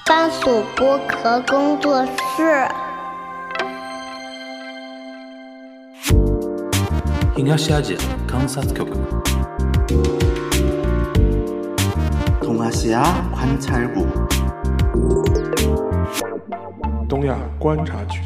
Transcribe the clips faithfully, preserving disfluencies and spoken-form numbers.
番薯剥壳工作室。 東アジア観察局。 东亚观察局。 东亚观察局。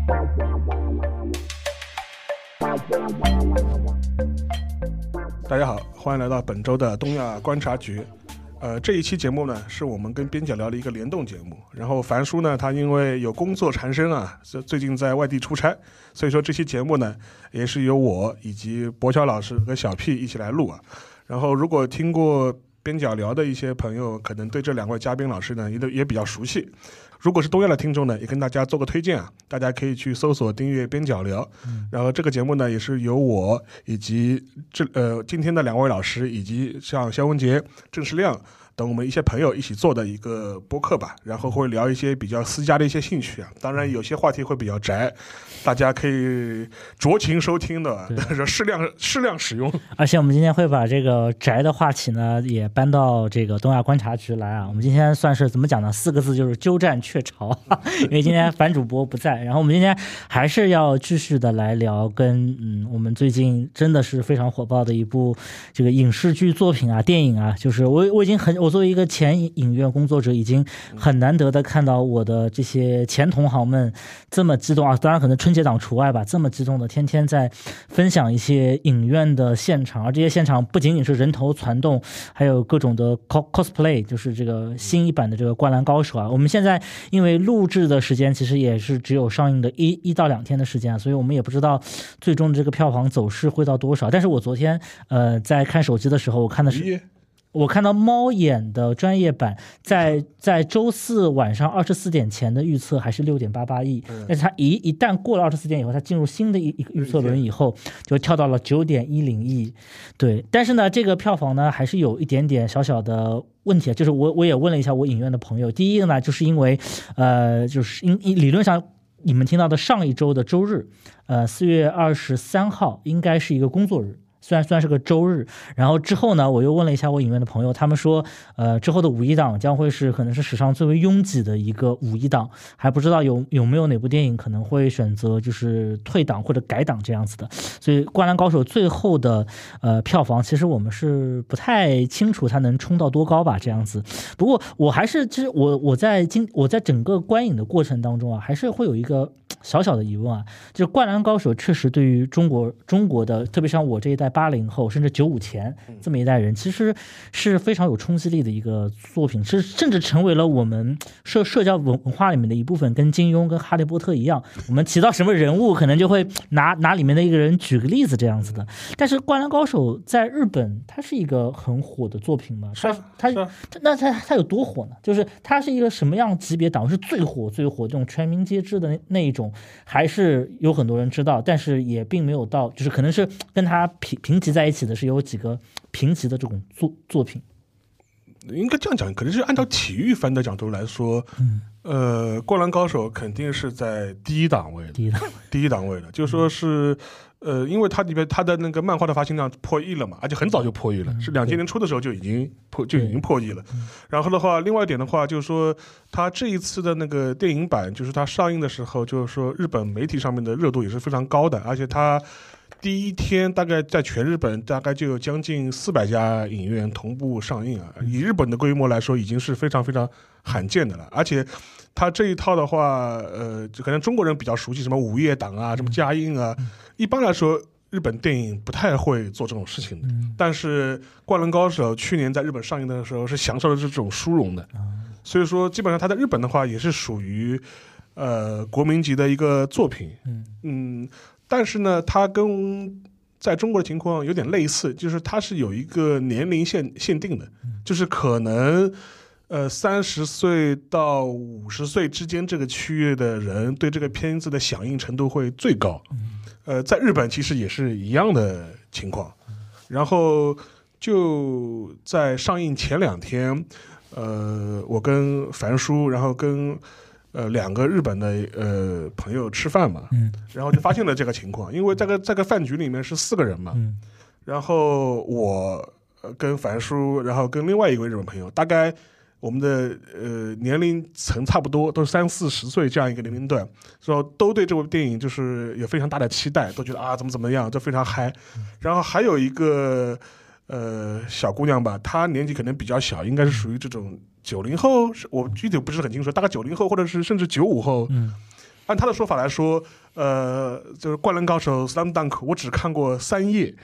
大家好，欢迎来到本周的东亚观察局。呃，这一期节目呢，是我们跟边角聊的一个联动节目。然后樊叔呢，他因为有工作缠身啊，最近在外地出差，所以说这期节目呢，也是由我以及博乔老师和小 P 一起来录啊。然后如果听过边角聊的一些朋友，可能对这两位嘉宾老师呢，也都也比较熟悉。如果是东亚的听众呢，也跟大家做个推荐啊，大家可以去搜索订阅边角聊。嗯、然后这个节目呢，也是由我以及这呃今天的两位老师，以及像肖文杰、郑世亮等我们一些朋友一起做的一个播客吧。然后会聊一些比较私家的一些兴趣啊，当然有些话题会比较宅，大家可以酌情收听的，但是适量适量使用。 而且我们今天会把这个宅的话题呢，也搬到这个东亚观察局来啊。我们今天算是怎么讲呢？四个字就是鸠占鹊巢，因为今天樊主播不在。然后我们今天还是要继续的来聊跟嗯我们最近真的是非常火爆的一部这个影视剧作品啊，电影啊，就是我我已经很我作为一个前影院工作者，已经很难得的看到我的这些前同行们这么激动啊，当然可能春节档除外吧，这么激动的天天在分享一些影院的现场，而这些现场不仅仅是人头攒动，还有各种的 cosplay， 就是这个新一版的这个灌篮高手啊。我们现在因为录制的时间其实也是只有上映的一一到两天的时间啊，所以我们也不知道最终的这个票房走势会到多少。但是我昨天呃在看手机的时候，我看的是我看到猫眼的专业版在在周四晚上二十四点前的预测还是六点八八亿，但是它一一旦过了二十四点以后，它进入新的一一个预测轮以后，就跳到了九点一零亿。对，但是呢，这个票房呢还是有一点点小小的问题，就是我我也问了一下我影院的朋友，第一个呢，就是因为呃，就是因理论上你们听到的上一周的周日，呃，四月二十三号应该是一个工作日。虽然虽然是个周日，然后之后呢，我又问了一下我影院的朋友，他们说，呃，之后的五一档将会是可能是史上最为拥挤的一个五一档，还不知道有有没有哪部电影可能会选择就是退档或者改档这样子的。所以《灌篮高手》最后的呃票房，其实我们是不太清楚它能冲到多高吧，这样子。不过我还是其实我我在今我在整个观影的过程当中啊，还是会有一个小小的疑问啊，就是《灌篮高手》确实对于中国中国的，特别像我这一代八零后甚至九五前这么一代人，其实是非常有冲击力的一个作品，是甚至成为了我们社社交文化里面的一部分，跟金庸跟哈利波特一样，我们提到什么人物可能就会拿拿里面的一个人举个例子这样子的。但是《灌篮高手》在日本它是一个很火的作品吗？它它那它它有多火呢？就是它是一个什么样级别档？是最火最火这种全民皆知的那那一种，还是有很多人知道，但是也并没有到，就是可能是跟它平平级在一起的是有几个评级的这种作作品。 应该这样讲，可能是按照体育番的角度来说，嗯，呃，《灌篮高手》肯定是在第一档位的， 第一档第一档位的，就说是。呃，因为它里边它的那个漫画的发行量破亿了嘛，而且很早就破亿了，嗯、是两千年初的时候就已经破就已经破亿了。然后的话，另外一点的话，就是说它这一次的那个电影版，就是它上映的时候，就是说日本媒体上面的热度也是非常高的，而且它第一天大概在全日本大概就有将近四百家影院同步上映啊，以日本的规模来说，已经是非常非常罕见的了，而且。他这一套的话，呃，可能中国人比较熟悉什么午夜档啊，什么加映啊。嗯、一般来说，日本电影不太会做这种事情的。嗯、但是《灌篮高手》去年在日本上映的时候是享受了这种殊荣的，嗯、所以说基本上他在日本的话也是属于呃国民级的一个作品。嗯, 嗯但是呢，它跟在中国的情况有点类似，就是它是有一个年龄限限定的，嗯、就是可能。呃，三十岁到五十岁之间这个区域的人对这个片子的响应程度会最高。呃，在日本其实也是一样的情况。然后就在上映前两天，呃，我跟樊叔，然后跟呃两个日本的呃朋友吃饭嘛，嗯，然后就发现了这个情况，因为这个这个饭局里面是四个人嘛，嗯，然后我跟樊叔，然后跟另外一位日本朋友，大概。 我们的呃年龄层差不多，都是三四十岁这样一个年龄段，说都对这部电影就是有非常大的期待，都觉得啊怎么怎么样，就非常嗨。然后还有一个呃小姑娘吧，她年纪可能比较小，应该是属于这种九零后，我具体不是很清楚，大概九零后或者是甚至九五后。 嗯， 按她的说法来说，呃，就是《灌篮高手》Slam Dunk， 我只看过三页，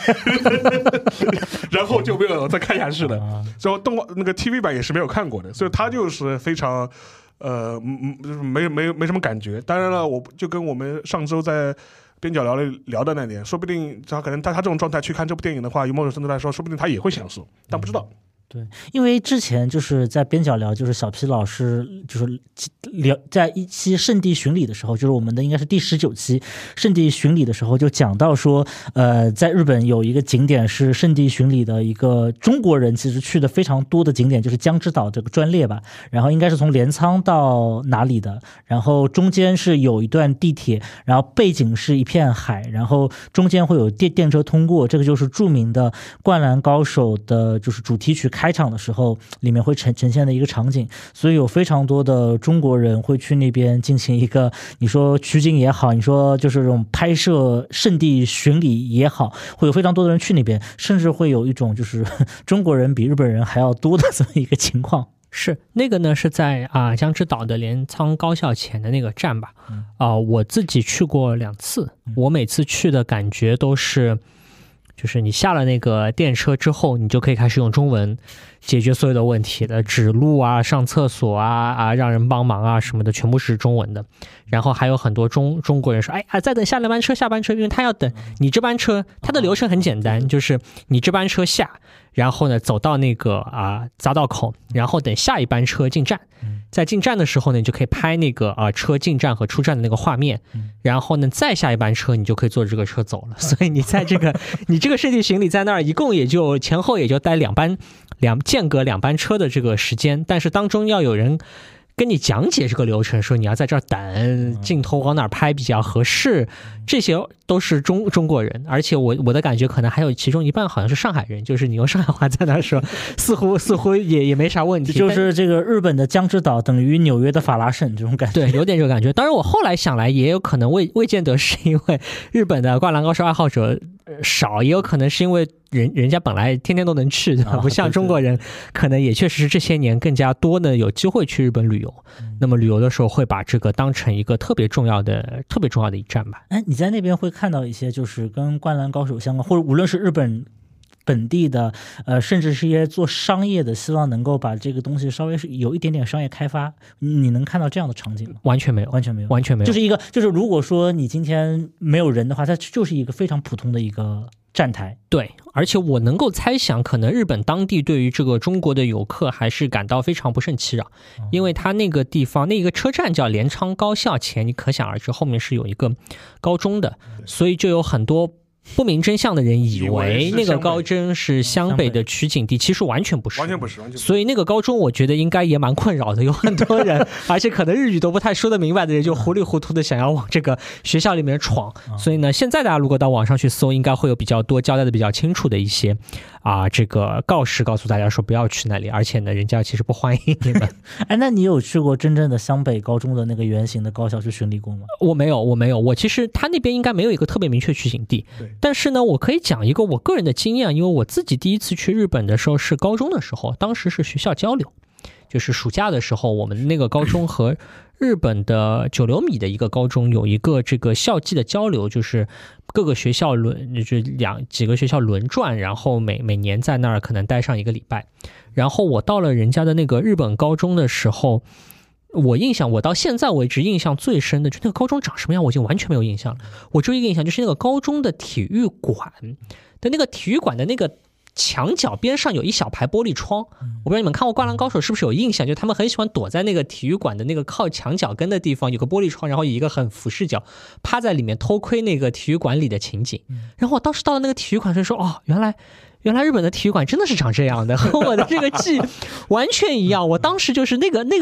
然后就没有再看下去了。所以动画那个 T V 版也是没有看过的，所以她就是非常呃嗯没没没什么感觉。当然了，我就跟我们上周在边角聊了聊的那点，说不定他可能在他这种状态去看这部电影的话，有某种程度来说，说不定他也会享受，但不知道。 对，因为之前就是在边角聊，就是小皮老师就是聊在一期圣地巡礼的时候，就是我们的应该是第十九期圣地巡礼的时候，就讲到说，呃，在日本有一个景点是圣地巡礼的一个中国人其实去的非常多的景点，就是江之岛这个专列吧，然后应该是从镰仓到哪里的，然后中间是有一段地铁，然后背景是一片海，然后中间会有电电车通过，这个就是著名的《灌篮高手》的就是主题曲开场的时候里面会呈呈现的一个场景，所以有非常多的中国人会去那边进行一个，你说取景也好，你说就是这种拍摄圣地巡礼也好，会有非常多的人去那边，甚至会有一种就是中国人比日本人还要多的这么一个情况。 是那个呢，是在啊江之岛的镰仓高校前的那个站吧？啊、嗯呃，我自己去过两次，我每次去的感觉都是。就是你下了那个电车之后，你就可以开始用中文解决所有的问题的，指路啊、上厕所啊、啊让人帮忙啊什么的，全部是中文的。然后还有很多中中国人说，哎啊，在等下了班车、下班车，因为他要等你这班车，他的流程很简单，就是你这班车下，然后呢走到那个啊匝道口，然后等下一班车进站。在进站的时候呢，你就可以拍那个啊车进站和出站的那个画面，然后呢再下一班车，你就可以坐这个车走了。所以你在这个你这个圣地巡礼在那儿，一共也就前后也就待两班两间隔两班车的这个时间，但是当中要有人跟你讲解这个流程，说你要在这儿等，镜头往哪儿拍比较合适，这些都是中中国人，而且我我的感觉可能还有其中一半好像是上海人，就是你用上海话在那儿说，似乎似乎也也没啥问题。 就是这个日本的江之岛等于纽约的法拉盛这种感觉， 对，有点这个感觉。当然，我后来想来，也有可能未未见得是因为日本的灌篮高手爱好者少，也有可能是因为人人家本来天天都能去，对吧？不像中国人，可能也确实是这些年更加多的有机会去日本旅游。那么旅游的时候会把这个当成一个特别重要的、特别重要的一站吧。 哎，你在那边会看到一些就是跟灌篮高手相关，或者无论是日本本地的，呃，甚至是一些做商业的，希望能够把这个东西稍微是有一点点商业开发，你能看到这样的场景吗？ 完全没有， 完全没有， 完全没有。 就是一个，就是如果说你今天没有人的话，它就是一个非常普通的一个站台。 对，而且我能够猜想，可能日本当地对于这个中国的游客还是感到非常不胜其扰，因为他那个地方那个车站叫镰仓高校前，你可想而知后面是有一个高中的，所以就有很多不明真相的人以为那个高中是湘北的取景地，其实完全不是， 完全不是，完全不是。 所以那个高中我觉得应该也蛮困扰的，有很多人，而且可能日语都不太说得明白的人，就糊里糊涂的想要往这个学校里面闯。所以呢，现在大家如果到网上去搜，应该会有比较多交代的比较清楚的一些啊，这个告示告诉大家说不要去那里，而且呢，人家其实不欢迎你们。 哎，那你有去过真正的湘北高中的那个原型的高校去巡礼过吗？ 我没有，我没有，我其实他那边应该没有一个特别明确取景地。 对。 但是呢，我可以讲一个我个人的经验，因为我自己第一次去日本的时候是高中的时候，当时是学校交流，就是暑假的时候，我们那个高中和日本的九流米的一个高中有一个这个校际的交流，就是各个学校轮，就是两几个学校轮转，然后每每年在那儿可能待上一个礼拜。然后我到了人家的那个日本高中的时候，我印象，我到现在为止印象最深的，就那个高中长什么样，我已经完全没有印象了。我只有一个印象，就是那个高中的体育馆的那个体育馆的那个墙角边上有一小排玻璃窗，我不知道你们看过《灌篮高手》是不是有印象，就他们很喜欢躲在那个体育馆的那个靠墙角跟的地方，有个玻璃窗，然后以一个很俯视角趴在里面偷窥那个体育馆里的情景。然后我当时到了那个体育馆就说，哦，原来原来日本的体育馆真的是长这样的，和我的这个记完全一样。我当时就是那个那个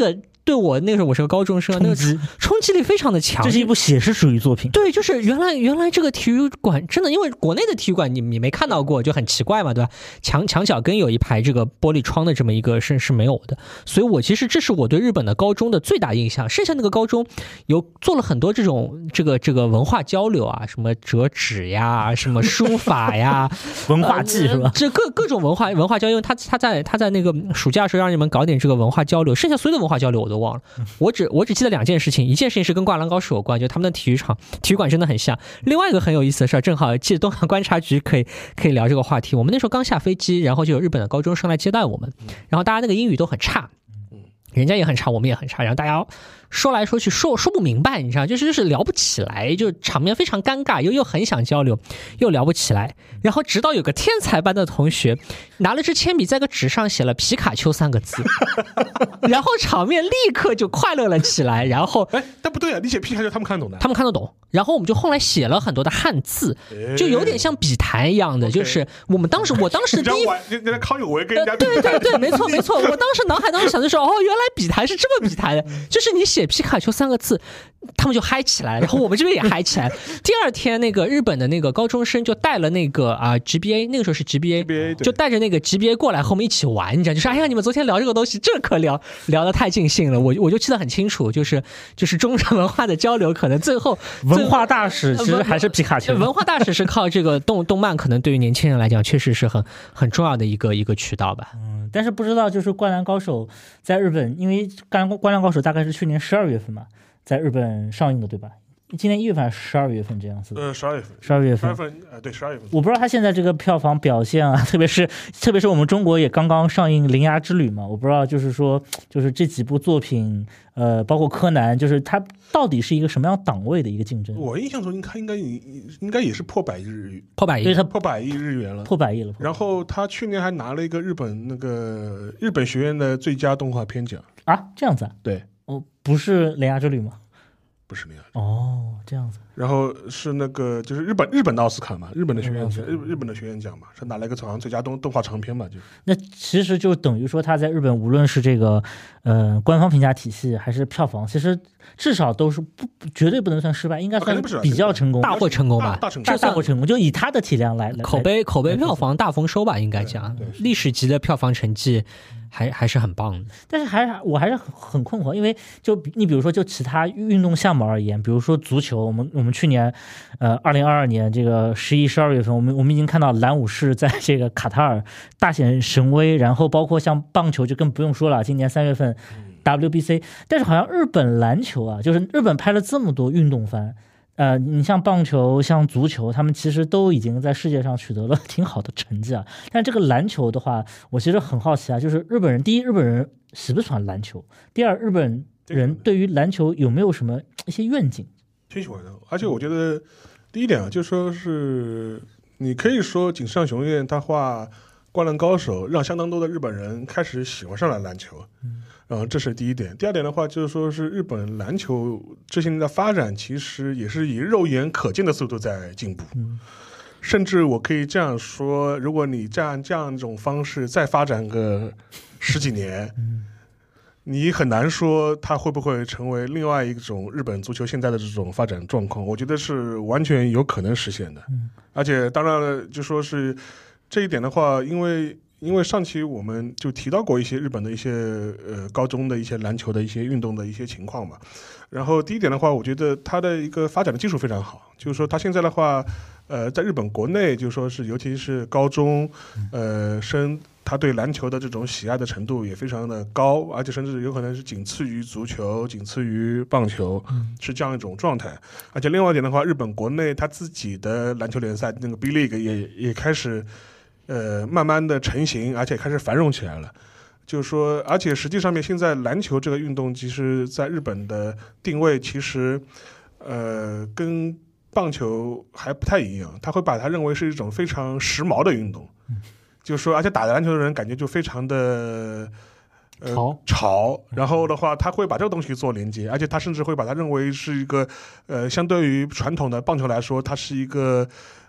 对我那个时候我是个高中生，那个冲击力非常的强。 这是一部写实主义作品。 对，就是原来原来这个体育馆真的，因为国内的体育馆你你没看到过，就很奇怪嘛，对吧？墙墙角跟有一排这个玻璃窗的这么一个是是没有的，所以我其实这是我对日本的高中的最大印象。剩下那个高中有做了很多这种这个这个文化交流啊，什么折纸呀，什么书法呀， 文化祭是吧？ 呃、这各各种文化文化交流，他他在他在那个暑假的时候让你们搞点这个文化交流，剩下所有的文化交流我都忘了。我只我只记得两件事情，一件事情是跟灌篮高手有关，就他们的体育场体育馆真的很像。另外一个很有意思的事儿，正好记得东海观察局可以可以聊这个话题。我们那时候刚下飞机，然后就有日本的高中生来接待我们，然后大家那个英语都很差，人家也很差，我们也很差，然后大家说来说去说说不明白，你知道，就是就是聊不起来，就场面非常尴尬，又又很想交流，又聊不起来。然后直到有个天才班的同学拿了支铅笔在个纸上写了皮卡丘三个字，然后场面立刻就快乐了起来。然后哎，但不对啊，你写皮卡丘他们看懂的， 他们看得懂。然后我们就后来写了很多的汉字，就有点像笔谈一样的，就是我们当时我当时第一， 人家康有为跟人家对对对，没错没错，我当时脑海当中想的是，哦，原来笔谈是这么笔谈的，就是你写皮卡丘三个字，他们就嗨起来了，然后我们这边也嗨起来了。第二天，那个日本的那个高中生就带了那个啊 G B A， 那个时候是 G B A， 就带着那个 G B A 过来和我们一起玩，你知道，就是哎呀，你们昨天聊这个东西，这可聊聊得太尽兴了，我我就记得很清楚，就是就是中日文化的交流，可能最后文化大使其实还是皮卡丘， 文化大使是靠这个动动漫，可能对于年轻人来讲，确实是很很重要的一个一个渠道吧。 嗯，但是不知道就是《灌篮高手》在日本，因为《灌篮灌篮高手》大概是去年十二月份嘛，在日本上映的，对吧？今年一月份还是十二月份这样子？ 呃，十二月份， 十二月份， 十二份，呃，对，十二月份。 我不知道他现在这个票房表现啊，特别是特别是我们中国也刚刚上映《铃芽之旅》嘛，我不知道就是说，就是这几部作品，呃，包括柯南，就是它到底是一个什么样档位的一个竞争？ 我印象中，他应该应该也是破百亿日元， 破百亿， 对，他破百亿日元了， 破百亿了。 然后他去年还拿了一个日本那个日本学院的最佳动画片奖啊，这样子啊？ 对， 哦，不是《铃芽之旅》吗？ 不是那样哦，这样子。 然后是那个就是日本日本的奥斯卡嘛，日本的学院奖，日日本的学院奖嘛，是拿了一个好像最佳动动画长片嘛，就那其实就等于说他在日本无论是这个呃官方评价体系还是票房，其实至少都是不绝对不能算失败，应该算比较成功， 大获成功吧， 大成功，大获成功，就以他的体量来来口碑口碑票房大丰收吧，应该讲历史级的票房成绩。还还是很棒的， 但是还是我还是很很困惑，因为就你比如说就其他运动项目而言，比如说足球，我们我们去年，呃，二零二二年这个十一、十二月份，我们我们已经看到蓝武士在这个卡塔尔大显神威，然后包括像棒球就更不用说了，今年三月份 W B C， 但是好像日本篮球啊，就是日本拍了这么多运动番。呃，你像棒球、像足球，他们其实都已经在世界上取得了挺好的成绩啊。但这个篮球的话，我其实很好奇啊，就是日本人，第一，日本人喜不喜欢篮球；第二，日本人对于篮球有没有什么一些愿景？ 挺喜欢的，而且我觉得第一点啊，就说是你可以说井上雄彦他画《灌篮高手》，让相当多的日本人开始喜欢上了篮球。嗯。嗯，这是第一点。第二点的话，就是说是日本篮球这些年的发展，其实也是以肉眼可见的速度在进步。嗯，甚至我可以这样说，如果你这样这样一种方式再发展个十几年，嗯，你很难说它会不会成为另外一种日本足球现在的这种发展状况。我觉得是完全有可能实现的。嗯，而且当然了，就说是这一点的话，因为。因为上期我们就提到过一些日本的一些呃高中的一些篮球的一些运动的一些情况嘛，然后第一点的话，我觉得它的一个发展的技术非常好，就是说它现在的话，呃，在日本国内就说是尤其是高中呃生，他对篮球的这种喜爱的程度也非常的高，而且甚至有可能是仅次于足球、仅次于棒球，是这样一种状态。而且另外一点的话，日本国内它自己的篮球联赛那个 B League 也也开始。呃，慢慢的成型，而且开始繁荣起来了。就是说，而且实际上面，现在篮球这个运动，其实在日本的定位，其实呃跟棒球还不太一样。他会把它认为是一种非常时髦的运动。嗯、就是说，而且打篮球的人感觉就非常的呃潮潮。然后的话，他会把这个东西做连接，而且他甚至会把它认为是一个呃，相对于传统的棒球来说，它是一个。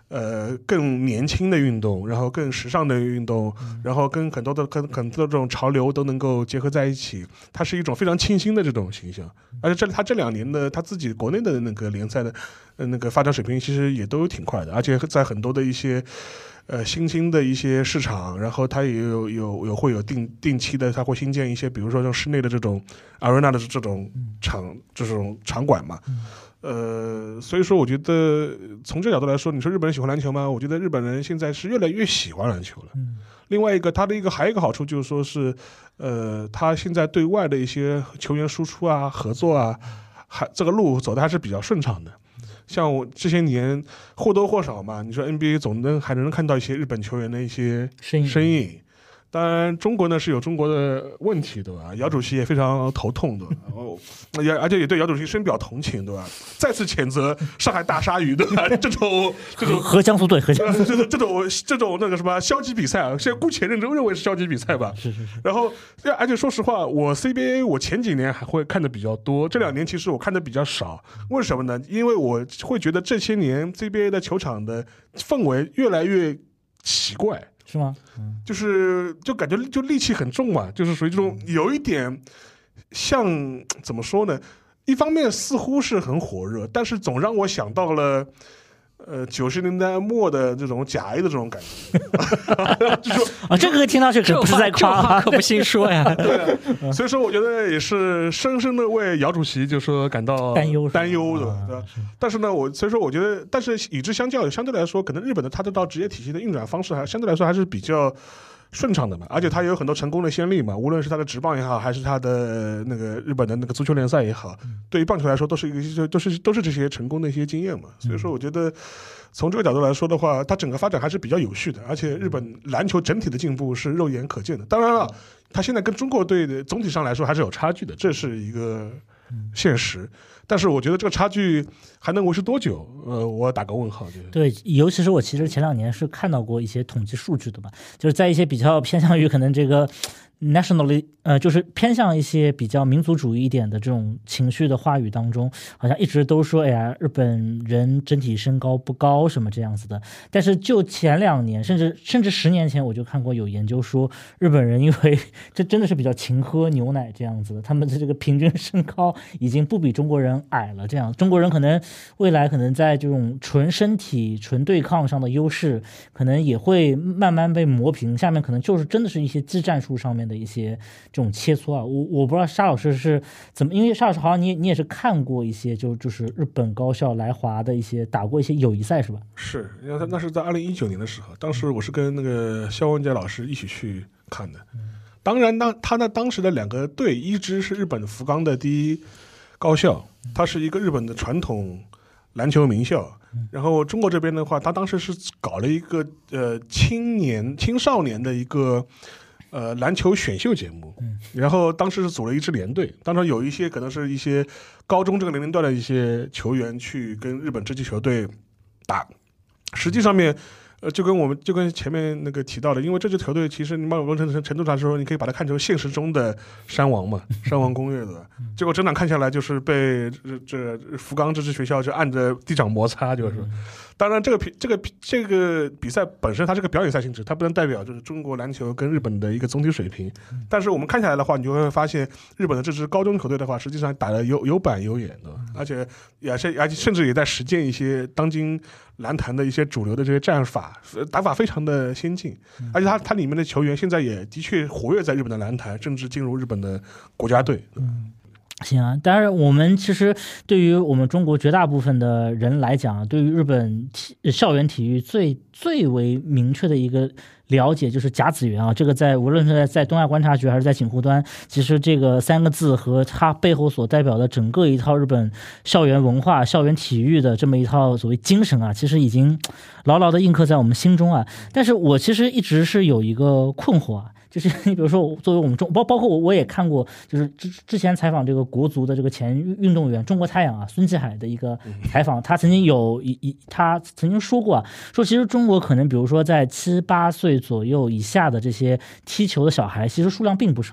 呃更年轻的运动，然后更时尚的运动，然后跟很多的跟很多的这种潮流都能够结合在一起，它是一种非常清新的这种形象。而且这他这两年的他自己国内的那个联赛的呃那个发展水平其实也都挺快的，而且在很多的一些呃新兴的一些市场，然后它也有有有会有定定期的，它会新建一些，比如说像室内的这种 arena 的这种场这种场馆嘛。呃，所以说我觉得从这角度来说，你说日本人喜欢篮球吗？我觉得日本人现在是越来越喜欢篮球了。 嗯， 另外一个，他的一个还有一个好处就是说是，呃，他现在对外的一些球员输出啊、合作啊，还这个路走的还是比较顺畅的。像我这些年或多或少嘛，你说 N B A 总能还能看到一些日本球员的一些身影。 身影。当然，中国呢是有中国的问题，对吧？姚主席也非常头痛，对吧？哦，也而且也对姚主席深表同情，对吧？再次谴责上海大鲨鱼，对吧？这种这种和江苏队，和江苏这种这种这种那个什么消极比赛啊，现在姑且认真认为是消极比赛吧。 是是是。 然后，而且说实话，我 C B A 我前几年还会看的比较多，这两年其实我看的比较少。为什么呢？因为我会觉得这些年 C B A 的球场的氛围越来越奇怪。 是吗？嗯， 就是就感觉就戾气很重嘛，就是属于这种有一点像怎么说呢？一方面似乎是很火热，但是总让我想到了呃九十年代末的这种甲 A 的这种感觉。就说啊，这个听到这可不是在夸， 这话可不兴说呀。 对啊，所以说我觉得也是深深的为姚主席就说感到担忧担忧的， 啊、 对吧？但是呢，我所以说我觉得，但是与之相较，相对来说，可能日本的他这套职业体系的运转方式还相对来说还是比较顺畅的嘛，而且他也有很多成功的先例嘛，无论是他的职棒也好，还是他的那个日本的那个足球联赛也好，对于棒球来说都是一个都是都是这些成功的一些经验嘛。所以说，我觉得从这个角度来说的话，它整个发展还是比较有序的，而且日本篮球整体的进步是肉眼可见的。当然了，它现在跟中国队的总体上来说还是有差距的，这是一个现实。但是我觉得这个差距还能维持多久？呃，我打个问号。 对，尤其是我其实前两年是看到过一些统计数据的吧，就是在一些比较偏向于可能这个 nationally 呃，就是偏向一些比较民族主义一点的这种情绪的话语当中，好像一直都说，哎呀，日本人整体身高不高什么这样子的。但是就前两年，甚至甚至十年前，我就看过有研究说，日本人因为这真的是比较勤喝牛奶这样子的，他们的这个平均身高已经不比中国人矮了。这样，中国人可能未来可能在这种纯身体、纯对抗上的优势，可能也会慢慢被磨平。下面可能就是真的是一些技战术上面的一些这种切磋啊。我我不知道沙老师是怎么，因为沙老师好像你你也是看过一些就就是日本高校来华的一些打过一些友谊赛是吧？ 是，那那是在二零一九年的时候，当时我是跟那个肖文杰老师一起去看的。当然，当他那当时的两个队，一支是日本福冈的第一高校，它是一个日本的传统篮球名校。然后中国这边的话，他当时是搞了一个呃青年青少年的一个呃篮球选秀节目，然后当时是组了一支联队，当然有一些可能是一些高中这个年龄段的一些球员去跟日本这支球队打，实际上面。呃，就跟我们就跟前面那个提到的，因为这支球队其实你某种程程度上说，你可以把它看成现实中的山王嘛，山王工业的。结果整场看下来，就是被这福冈这支学校就按着地掌摩擦，就是。当然，这个这个这个比赛本身它是个表演赛性质，它不能代表就是中国篮球跟日本的一个总体水平。但是我们看下来的话，你就会发现日本的这支高中球队的话，实际上打得有有板有眼的，而且也是而且甚至也在实践一些当今篮坛的一些主流的这些战法，打法非常的先进。而且它它里面的球员现在也的确活跃在日本的篮坛，甚至进入日本的国家队。 嗯，行啊，当然我们其实对于我们中国绝大部分的人来讲，对于日本体校园体育最最为明确的一个了解就是甲子园啊，这个在无论是在在东亚观察局还是在锦湖端，其实这个三个字和它背后所代表的整个一套日本校园文化、校园体育的这么一套所谓精神啊，其实已经牢牢的印刻在我们心中啊。但是我其实一直是有一个困惑啊。就是你比如说，作为我们中包包括我我也看过，就是之之前采访这个国足的这个前运动员中国太阳啊孙继海的一个采访，他曾经有一一他曾经说过啊，说其实中国可能比如说在七八岁左右以下的这些踢球的小孩，其实数量并不少。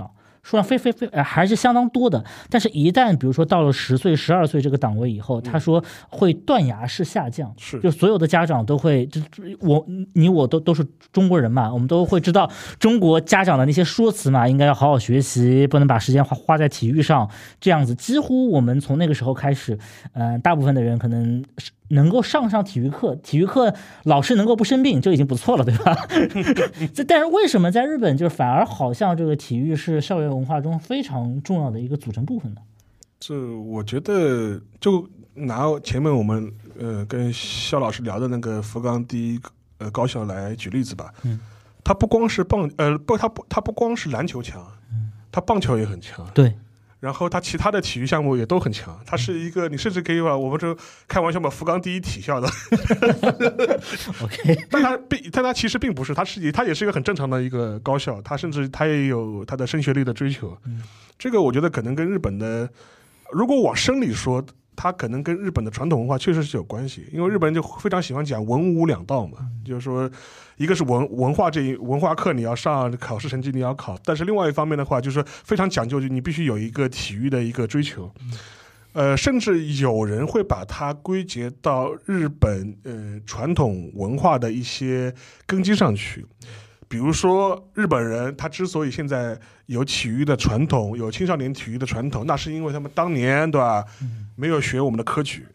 数量非非非、呃、还是相当多的。但是，一旦比如说到了十岁、十二岁这个档位以后，他说会断崖式下降， 是就所有的家长都会，就我你我都都是中国人嘛，我们都会知道中国家长的那些说辞嘛，应该要好好学习，不能把时间花花在体育上，这样子。几乎我们从那个时候开始，嗯、呃，大部分的人可能能够上上体育课，体育课老师能够不生病就已经不错了，对吧？但是为什么在日本就反而好像这个体育是校园文化中非常重要的一个组成部分呢？ 这我觉得就拿前面我们呃跟肖老师聊的那个福冈第一呃高校来举例子吧。嗯，他不光是棒呃不他不他不光是篮球强，他棒球也很强。 对。 然后他其他的体育项目也都很强，他是一个你甚至可以把我们就开玩笑把福冈第一体校的 ，OK， 但他并但他其实并不是，他是他也是一个很正常的一个高校，他甚至他也有他的升学率的追求，嗯、这个我觉得可能跟日本的，如果往深里说，它可能跟日本的传统文化确实是有关系，因为日本人就非常喜欢讲文武两道嘛，嗯、就是说，一个是文文化这一文化课你要上，考试成绩你要考，但是另外一方面的话，就是非常讲究，就你必须有一个体育的一个追求，嗯、呃，甚至有人会把它归结到日本呃传统文化的一些根基上去。比如说日本人他之所以现在有体育的传统，有青少年体育的传统，那是因为他们当年对吧，嗯、没有学我们的科举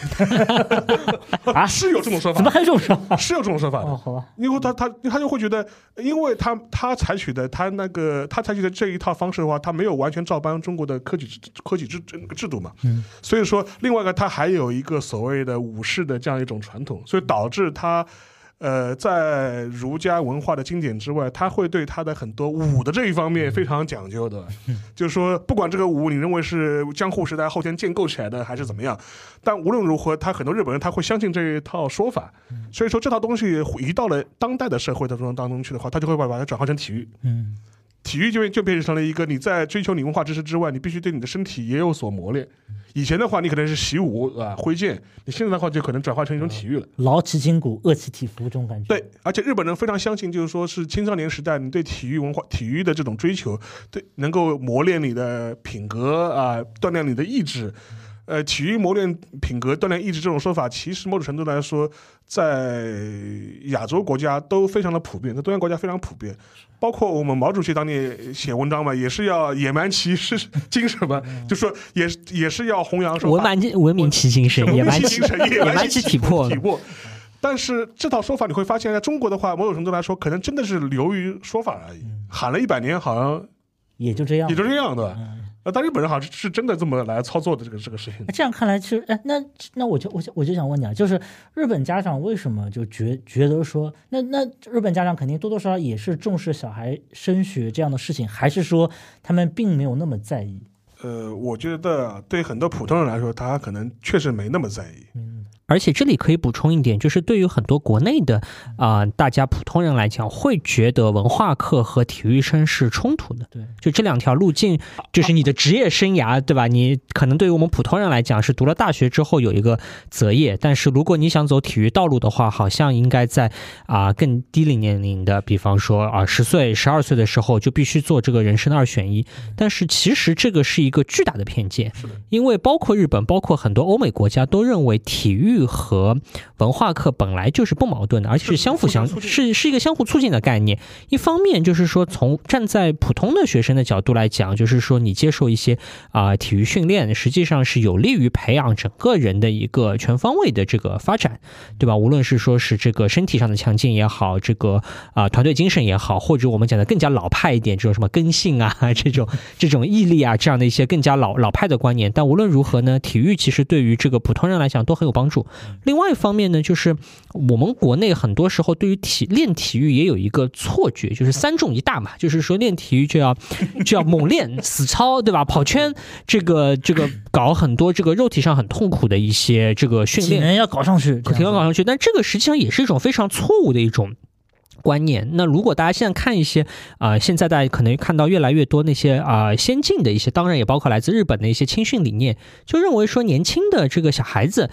啊，是有这种说法？ 怎么还有这种说法？ 是有这种说法的。 哦，好吧， 因为他他他就会觉得，因为他他采取的他那个他采取的这一套方式的话，他没有完全照搬中国的科举科举制制度嘛，嗯，所以说另外一个他还有一个所谓的武士的这样一种传统，所以导致他。呃，在儒家文化的经典之外，他会对他的很多武的这一方面非常讲究的，就是说，不管这个武你认为是江户时代后天建构起来的还是怎么样，但无论如何，他很多日本人他会相信这一套说法，所以说这套东西移到了当代的社会当中当中去的话，他就会把把它转化成体育，嗯。体育就就变成了一个你在追求你文化知识之外，你必须对你的身体也有所磨练。以前的话，你可能是习武啊、挥剑，你现在的话就可能转化成一种体育了。 劳其筋骨，饿其体肤，这种感觉。 对，而且日本人非常相信，就是说是青少年时代，你对体育文化、体育的这种追求，对能够磨练你的品格啊，锻炼你的意志。呃，体育磨练品格、锻炼意志这种说法，其实某种程度来说，在亚洲国家都非常的普遍，在东亚国家非常普遍。包括我们毛主席当年写文章嘛，也是要野蛮其是精神嘛，就说也也是要弘扬说文蛮文明其精神，野蛮其野蛮其体魄。 体魄。但是这套说法你会发现，在中国的话，某种程度来说，可能真的是流于说法而已，喊了一百年，好像也就这样， 也就这样的。呃，但日本人好像是真的这么来操作的这个这个事情。 这样看来，其实，哎，那那我就我就我就想问你啊，就是日本家长为什么就觉觉得说，那那日本家长肯定多多少少也是重视小孩升学这样的事情，还是说他们并没有那么在意？ 呃，我觉得对很多普通人来说，他可能确实没那么在意。嗯。 而且这里可以补充一点，就是对于很多国内的啊、呃、大家普通人来讲，会觉得文化课和体育生是冲突的。 对， 就这两条路径，就是你的职业生涯，对吧？你可能对于我们普通人来讲，是读了大学之后有一个择业，但是如果你想走体育道路的话，好像应该在啊、呃、更低龄年龄的，比方说啊十岁、十二岁的时候就必须做这个人生的二选一。但是其实这个是一个巨大的偏见，因为包括日本，包括很多欧美国家都认为体育和文化课本来就是不矛盾的，而且是相辅相是是一个相互促进的概念。一方面就是说，从站在普通的学生的角度来讲，就是说你接受一些啊、呃、体育训练，实际上是有利于培养整个人的一个全方位的这个发展，对吧？无论是说是这个身体上的强健也好，这个啊、呃、团队精神也好，或者我们讲的更加老派一点，这种什么根性啊，这种这种毅力啊，这样的一些更加老老派的观念。但无论如何呢，体育其实对于这个普通人来讲都很有帮助。另外一方面呢，就是我们国内很多时候对于体练体育也有一个错觉，就是三重一大嘛，就是说练体育就要就要猛练死操，对吧？跑圈，这个这个搞很多这个肉体上很痛苦的一些这个训练， 体能要搞上去， 体能要搞上去，但这个实际上也是一种非常错误的一种观念。那如果大家现在看一些啊、呃，现在大家可能看到越来越多那些啊、呃、先进的一些，当然也包括来自日本的一些青训理念，就认为说年轻的这个小孩子。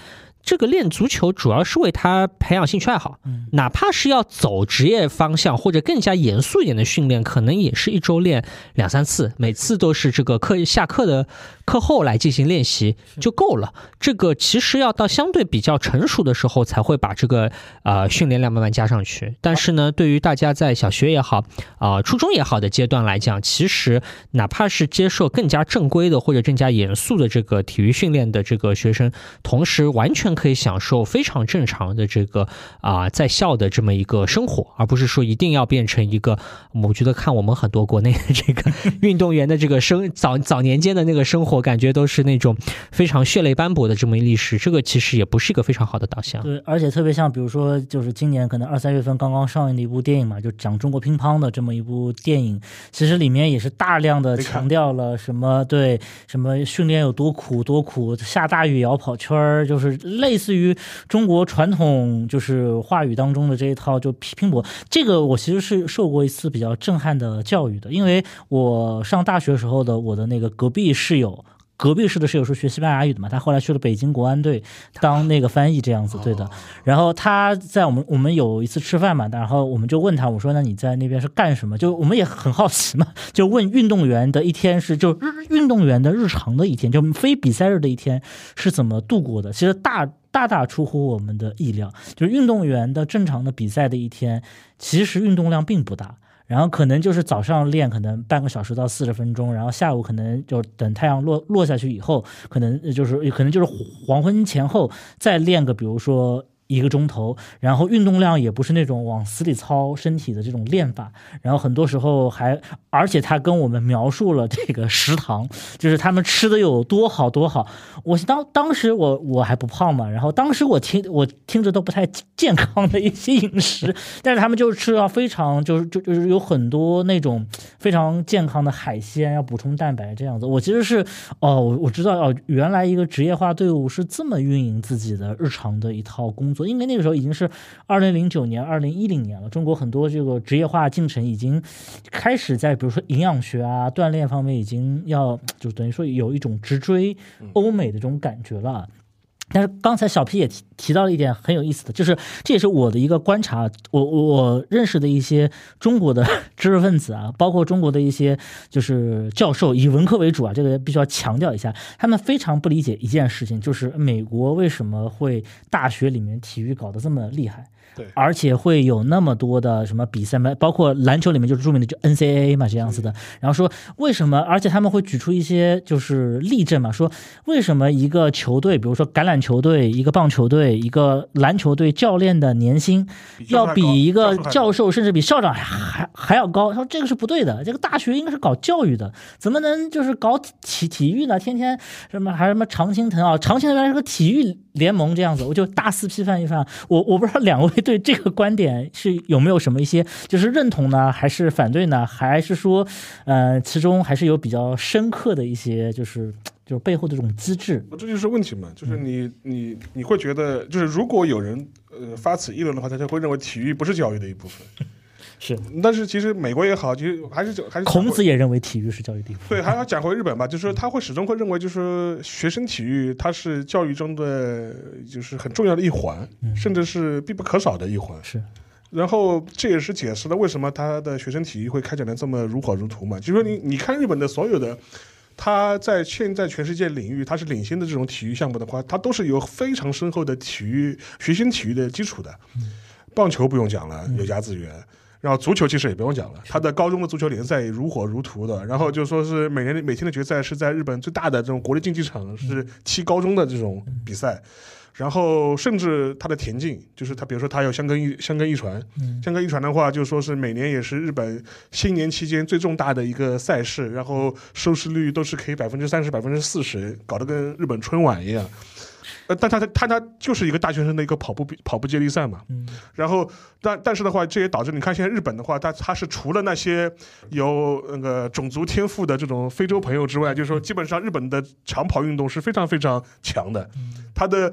这个练足球主要是为他培养兴趣爱好， 嗯， 哪怕是要走职业方向或者更加严肃一点的训练，可能也是一周练两三次，每次都是这个课下课的课后来进行练习就够了。这个其实要到相对比较成熟的时候才会把这个呃训练量慢慢加上去。但是呢，对于大家在小学也好啊、呃、初中也好的阶段来讲，其实哪怕是接受更加正规的或者更加严肃的这个体育训练的这个学生，同时完全可以享受非常正常的这个啊、呃、在校的这么一个生活，而不是说一定要变成一个，我觉得看我们很多国内的这个运动员的这个生早早年间的那个生活，感觉都是那种非常血泪斑驳的这么一历史，这个其实也不是一个非常好的导向。 对，而且特别像比如说就是今年可能二三月份刚刚上映的一部电影嘛，就讲中国乒乓的这么一部电影，其实里面也是大量的强调了什么对什么训练有多苦多苦，下大雨也要跑圈儿，就是类似于中国传统就是话语当中的这一套就拼搏。这个我其实是受过一次比较震撼的教育的，因为我上大学时候的我的那个隔壁室友。隔壁室的室友是学西班牙语的嘛，他后来去了北京国安队当那个翻译这样子，对的。然后他在我们我们有一次吃饭嘛，然后我们就问他，我说那你在那边是干什么？就我们也很好奇嘛，就问运动员的一天是就日运动员的日常的一天，就非比赛日的一天是怎么度过的？其实大大大出乎我们的意料，就是运动员的正常的比赛的一天，其实运动量并不大。然后可能就是早上练可能半个小时到四十分钟，然后下午可能就等太阳落落下去以后，可能就是可能就是黄昏前后再练个比如说一个钟头，然后运动量也不是那种往死里操身体的这种练法，然后很多时候还，而且他跟我们描述了这个食堂，就是他们吃的有多好多好。我当当时我我还不胖嘛，然后当时我听我听着都不太健康的一些饮食，但是他们就是吃到非常就是就就是有很多那种非常健康的海鲜，要补充蛋白这样子。我其实是哦，我我知道哦，原来一个职业化队伍是这么运营自己的日常的一套工作。因为那个时候已经是二零零九年、二零一零年了，中国很多这个职业化进程已经开始在比如说营养学啊、锻炼方面已经要就等于说有一种直追欧美的这种感觉了。但是刚才小 P 也 提, 提到了一点很有意思的，就是这也是我的一个观察，我我认识的一些中国的知识分子啊，包括中国的一些就是教授，以文科为主啊，这个必须要强调一下，他们非常不理解一件事情，就是美国为什么会大学里面体育搞得这么厉害。 对， 而且会有那么多的什么比赛嘛，包括篮球里面就是著名的就 N C A A 嘛这样子的。然后说为什么，而且他们会举出一些就是例证嘛，说为什么一个球队，比如说橄榄球队、一个棒球队、一个篮球队教练的年薪要比一个教授甚至比校长还还要高，说这个是不对的，这个大学应该是搞教育的，怎么能就是搞体体育呢？天天什么还什么常青藤啊，常青藤原来是个体育联盟这样子，我就大肆批判一番。我我不知道两位对这个观点是有没有什么一些就是认同呢，还是反对呢？还是说，呃，其中还是有比较深刻的一些就是就是背后的这种机制？ 这就是问题嘛，就是你你你会觉得，就是如果有人呃发此议论的话，他就会认为体育不是教育的一部分。 是， 但是其实美国也好，其实还是还是孔子也认为体育是教育的一部分。 对，还要讲回日本吧，就是他会始终会认为，就是学生体育它是教育中的就是很重要的一环， 嗯、 甚至是必不可少的一环。 是。 然后这也是解释了为什么他的学生体育会开展的这么如火如荼嘛。就是说你你看日本的所有的，他在现在全世界领域他是领先的这种体育项目的话，它都是有非常深厚的体育学生体育的基础的。 嗯、 棒球不用讲了，有甲子园。嗯，然后足球其实也不用讲了，他的高中的足球联赛也如火如荼的，然后就说是每年每天的决赛是在日本最大的这种国立竞技场是踢高中的这种比赛，然后甚至他的田径，就是他比如说他有香根香根一传，香根一传的话就说是每年也是日本新年期间最重大的一个赛事，然后收视率都是可以百分之三十百分之四十，搞得跟日本春晚一样。呃，但他他他就是一个大学生的一个跑步跑步接力赛嘛，嗯，然后但但是的话，这也导致你看现在日本的话，他他是除了那些有那个种族天赋的这种非洲朋友之外，就是说基本上日本的长跑运动是非常非常强的，他的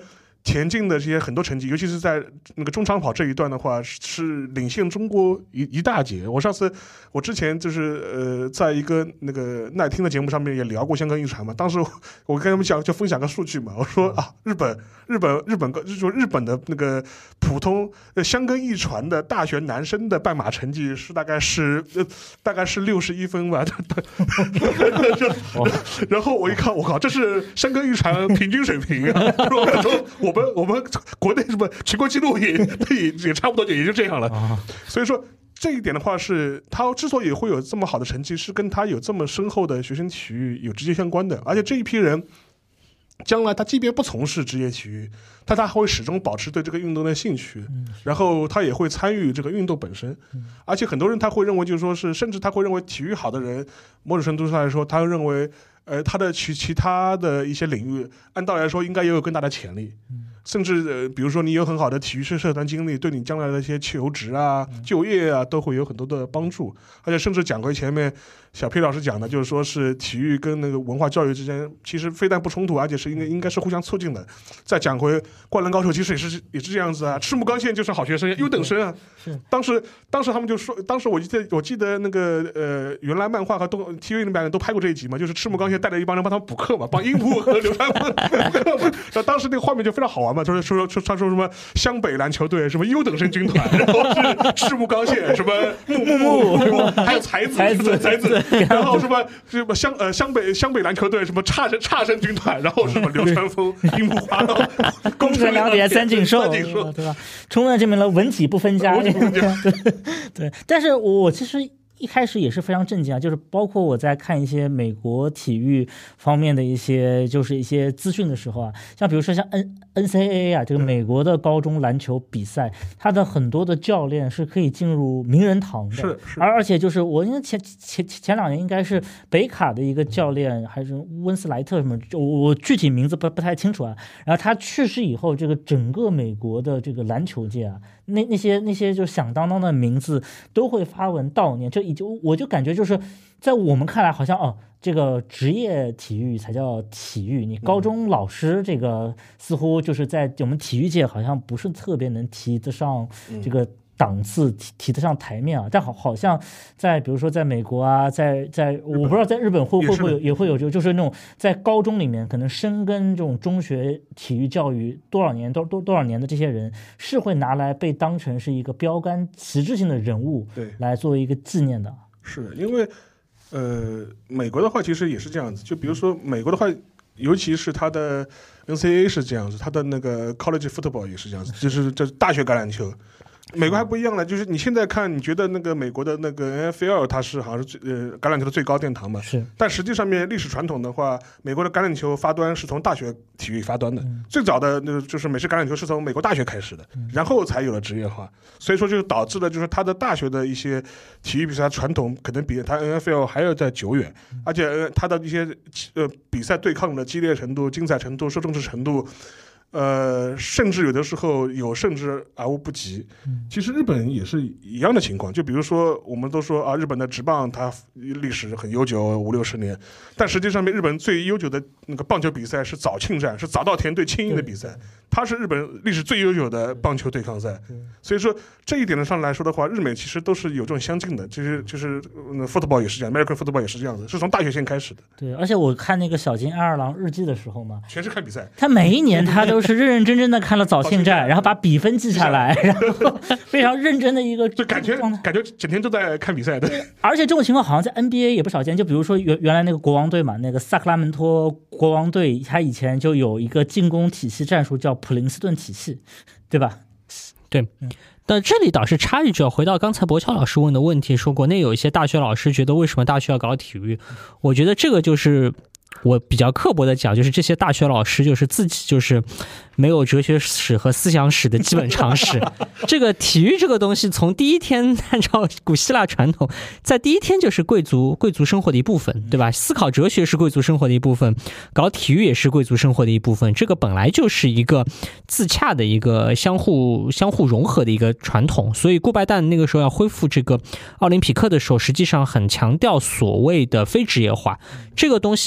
田径的这些很多成绩，尤其是在那个中长跑这一段的话，是是领先中国一一大截。我上次我之前就是呃，在一个那个耐听的节目上面也聊过香港遗传嘛，当时我跟他们讲就分享个数据嘛，我说啊，日本日本日本就说日本的那个普通呃香根一传的大学男生的半马成绩是大概是呃大概是六十一分吧，然后我一看，我靠，这是香根一传平均水平啊！我说我们我们国内什么全国纪录也也也差不多也就这样了，所以说。这一点的话是，他之所以会有这么好的成绩，是跟他有这么深厚的学生体育有直接相关的。而且这一批人，将来他即便不从事职业体育，但他会始终保持对这个运动的兴趣，然后他也会参与这个运动本身。而且很多人他会认为，就是说是，甚至他会认为体育好的人，某种程度上来说，他会认为，呃，他的其其他的一些领域，按道理来说应该也有更大的潜力。甚至呃，比如说你有很好的体育社社团经历，对你将来的一些求职啊、就业啊，都会有很多的帮助。而且甚至讲回前面小 P 老师讲的，就是说是体育跟那个文化教育之间，其实非但不冲突，而且是应该应该是互相促进的。再讲回《灌篮高手》，其实也是也是这样子啊。赤木刚宪就是好学生，优等生啊。是。当时当时他们就说，当时我记得我记得那个呃，原来漫画和动 T V 里面都拍过这一集嘛，就是赤木刚宪带着一帮人帮他们补课嘛，帮樱木和流川枫补课嘛。然后当时那个画面就非常好玩。就是说说他说什么湘北篮球队什么优等生军团，然后是赤木刚宪什么木木木，还有才子才子才子，然后什么什么湘呃湘北湘北篮球队什么差生差生军团，然后什么流川枫、樱木花道、 宫城良田、三井寿，对吧？充分证明了文体不分家。对对，但是我其实。一开始也是非常震惊啊，就是包括我在看一些美国体育方面的一些就是一些资讯的时候啊，像比如说像 N N C A A 啊，这个美国的高中篮球比赛，它的很多的教练是可以进入名人堂的， 是是， 而而且就是我因为前前前两年应该是北卡的一个教练还是温斯莱特什么，我我具体名字不不太清楚啊。然后他去世以后，这个整个美国的这个篮球界啊，那那些那些就响当当的名字都会发文悼念，就已经我就感觉就是在我们看来好像哦。这个职业体育才叫体育，你高中老师这个似乎就是在我们体育界好像不是特别能提得上这个档次，提提得上台面啊。但好好像在比如说在美国啊，在在我不知道在日本会会不会有也会有就就是那种在高中里面可能深耕这种中学体育教育多少年多多多少年的这些人是会拿来被当成是一个标杆旗帜性的人物，对，来作为一个纪念的。 是因为。呃，美国的话其实也是这样子，就比如说美国的话，尤其是它的 N C A A 是这样子，它的那个 College Football 也是这样子，就是这大学橄榄球。美国还不一样了，就是你现在看，你觉得那个美国的那个 N F L 它是好像是最呃橄榄球的最高殿堂嘛？ 是。 但实际上面历史传统的话，美国的橄榄球发端是从大学体育发端的，嗯、最早的那个就是美式橄榄球是从美国大学开始的，嗯、然后才有了职业化，所以说就导致了就是它的大学的一些体育比赛传统可能比它 N F L 还要再久远，嗯、而且它的一些呃比赛对抗的激烈程度、精彩程度、受重视程度。呃，甚至有的时候有甚至而无不及。其实日本也是一样的情况，就比如说我们都说啊，日本的职棒它历史很悠久，五六十年，但实际上面日本最悠久的那个棒球比赛是早庆战，是早稻田对青樱的比赛，它是日本历史最悠久的棒球对抗赛。所以说这一点上来说的话，日美其实都是有这种相近的，就是就是、嗯、football 也是这样 ，American football 也是这样子，是从大学先开始的。 对，而且我看那个小津安二郎日记的时候嘛， 全是看比赛， 他每一年他都是认认真真的看了早庆战，然后把比分记下来，然后非常认真的一个， 就感觉感觉整天都在看比赛的。 而且这种情况好像在 N B A 也不少见，就比如说原原来那个国王队嘛，那个萨克拉门托国王队，他以前就有一个进攻体系战术叫普林斯顿体系，对吧？ 对。但这里倒是插一句，回到刚才博乔老师问的问题，说国内有一些大学老师觉得为什么大学要搞体育，我觉得这个就是我比较刻薄的讲，就是这些大学老师就是自己就是没有哲学史和思想史的基本常识。这个体育这个东西从第一天按照古希腊传统，在第一天就是贵族贵族生活的一部分，对吧？思考哲学是贵族生活的一部分，搞体育也是贵族生活的一部分，这个本来就是一个自洽的一个相互相互融合的一个传统。所以顾拜旦那个时候要恢复这个奥林匹克的时候，实际上很强调所谓的非职业化，这个东西用比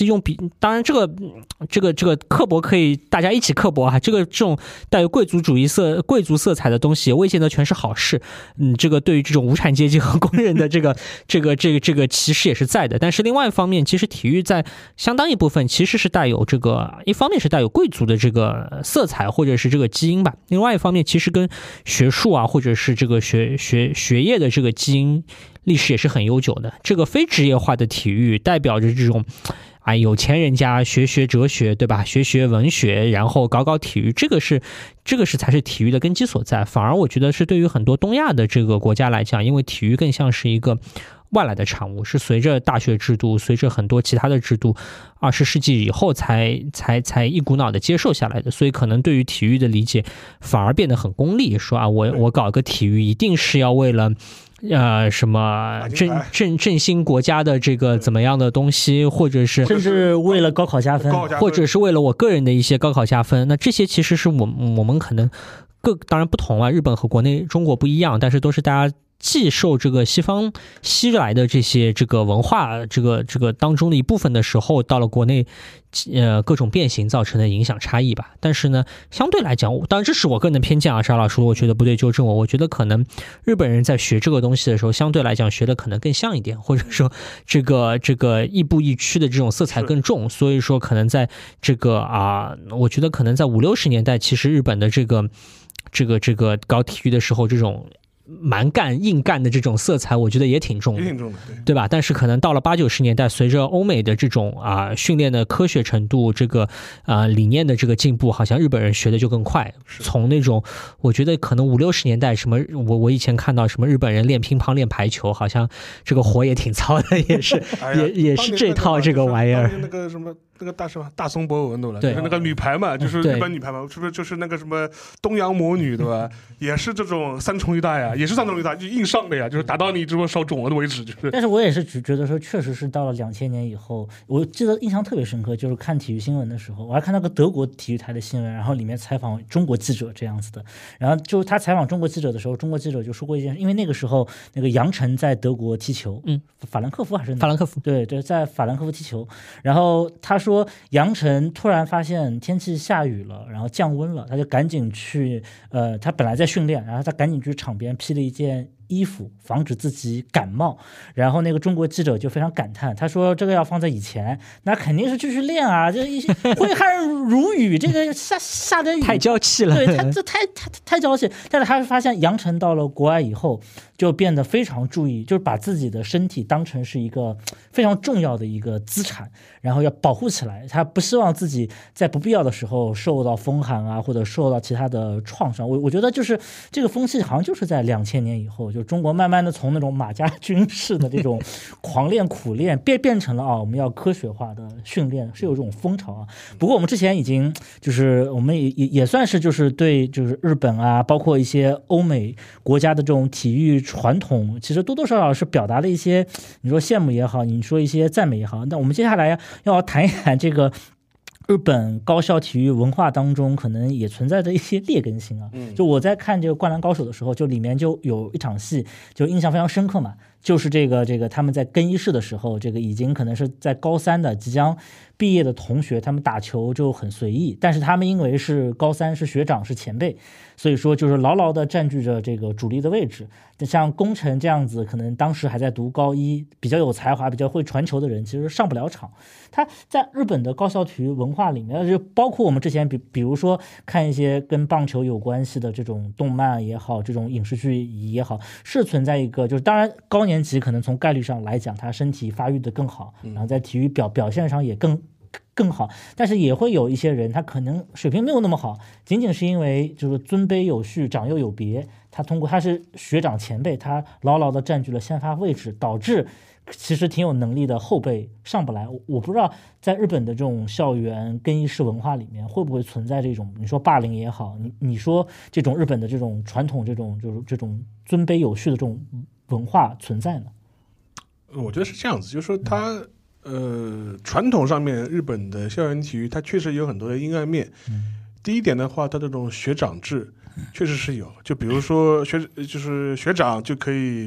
当然这个这个这个刻薄可以大家一起刻薄啊，这个这种带有贵族主义色贵族色彩的东西，未见得全是好事。嗯，这个对于这种无产阶级和工人的这个这个这个这个歧视也是在的。但是另外一方面，其实体育在相当一部分其实是带有这个，一方面是带有贵族的这个色彩或者是这个基因吧，另外一方面其实跟学术啊或者是这个学学学业的这个基因历史也是很悠久的。这个非职业化的体育代表着这种啊，有钱人家学学哲学，对吧？学学文学，然后搞搞体育，这个是这个是才是体育的根基所在。反而我觉得是对于很多东亚的这个国家来讲，因为体育更像是一个外来的产物，是随着大学制度，随着很多其他的制度，二十世纪以后才才才一股脑的接受下来的，所以可能对于体育的理解反而变得很功利，说啊，我我搞个体育一定是要为了。呃，什么振振振兴国家的这个怎么样的东西，或者是甚至为了高考加分， 或者是为了我个人的一些高考加分，那这些其实是我我们可能各当然不同啊，日本和国内中国不一样，但是都是大家既受这个西方吸来的这些这个文化这个这个当中的一部分的时候，到了国内呃各种变形造成的影响差异吧。但是呢，相对来讲，当然这是我个人的偏见啊，沙老师我觉得不对纠正我，我觉得可能日本人在学这个东西的时候，相对来讲学的可能更像一点，或者说这个这个亦步亦趋的这种色彩更重，所以说可能在这个啊，我觉得可能在五六十年代，其实日本的这个这个这个搞体育的时候，这种蛮干硬干的这种色彩我觉得也挺重的， 也挺重的 对, 对吧？但是可能到了八九十年代，随着欧美的这种啊训练的科学程度，这个啊理念的这个进步，好像日本人学的就更快。从那种我觉得可能五六十年代什么，我我以前看到什么日本人练乒乓练排球，好像这个活也挺糙的，也是、哎、也也是这套这个玩意儿。 那个什么那个大什么大松博文对吧？ 对， 就是那个女排嘛，就是日本女排嘛，是不是就是那个什么东洋魔女对吧？也是这种三重一大呀，也是三重一大，就硬上的呀，就是打到你这么烧肿了的为止，就是。 但是我也是觉得说，确实是到了两千年以后，我记得印象特别深刻，就是看体育新闻的时候，我还看到个德国体育台的新闻，然后里面采访中国记者这样子的，然后就他采访中国记者的时候，中国记者就说过一件事，因为那个时候那个杨晨在德国踢球，嗯，法兰克福还是法兰克福， 对对，在法兰克福踢球，然后他说杨晨突然发现天气下雨了，然后降温了，他就赶紧去，呃，他本来在训练，然后他赶紧去场边披了一件衣服，防止自己感冒。然后那个中国记者就非常感叹，他说这个要放在以前，那肯定是继续练啊，这挥汗如雨，这个下下着雨太娇气了， 对他这太太太娇气。但是他发现杨晨到了国外以后，就变得非常注意，就是把自己的身体当成是一个非常重要的一个资产，然后要保护起来。他不希望自己在不必要的时候受到风寒啊，或者受到其他的创伤。我我觉得就是这个风气好像就是在两千年以后，就中国慢慢的从那种马家军式的这种狂练苦练变变成了啊，我们要科学化的训练，是有这种风潮啊。不过我们之前已经就是我们也也也算是就是对就是日本啊，包括一些欧美国家的这种体育传统，其实多多少少是表达了一些你说羡慕也好，你说一些赞美也好。那我们接下来要谈一谈这个日本高校体育文化当中可能也存在着一些劣根性啊。就我在看这个《灌篮高手》的时候，就里面就有一场戏就印象非常深刻嘛，就是这个这个他们在更衣室的时候，这个已经可能是在高三的即将毕业的同学，他们打球就很随意，但是他们因为是高三，是学长，是前辈，所以说就是牢牢的占据着这个主力的位置。像宫城这样子，可能当时还在读高一，比较有才华、比较会传球的人，其实上不了场。他在日本的高校体育文化里面，就包括我们之前比比如说看一些跟棒球有关系的这种动漫也好，这种影视剧也好，是存在一个就是当然高年级可能从概率上来讲，他身体发育的更好，然后在体育表表现上也更。更好，但是也会有一些人他可能水平没有那么好，仅仅是因为就是尊卑有序长幼有别，他通过他是学长前辈，他牢牢的占据了先发位置，导致其实挺有能力的后辈上不来。我不知道在日本的这种校园更衣室文化里面会不会存在这种你说霸凌也好，你你说这种日本的这种传统这种就是这种尊卑有序的这种文化存在呢？ 我觉得是这样子，就是说他呃，传统上面日本的校园体育它确实有很多的阴暗面。嗯、第一点的话，它这种学长制确实是有，就比如说学就是学长就可以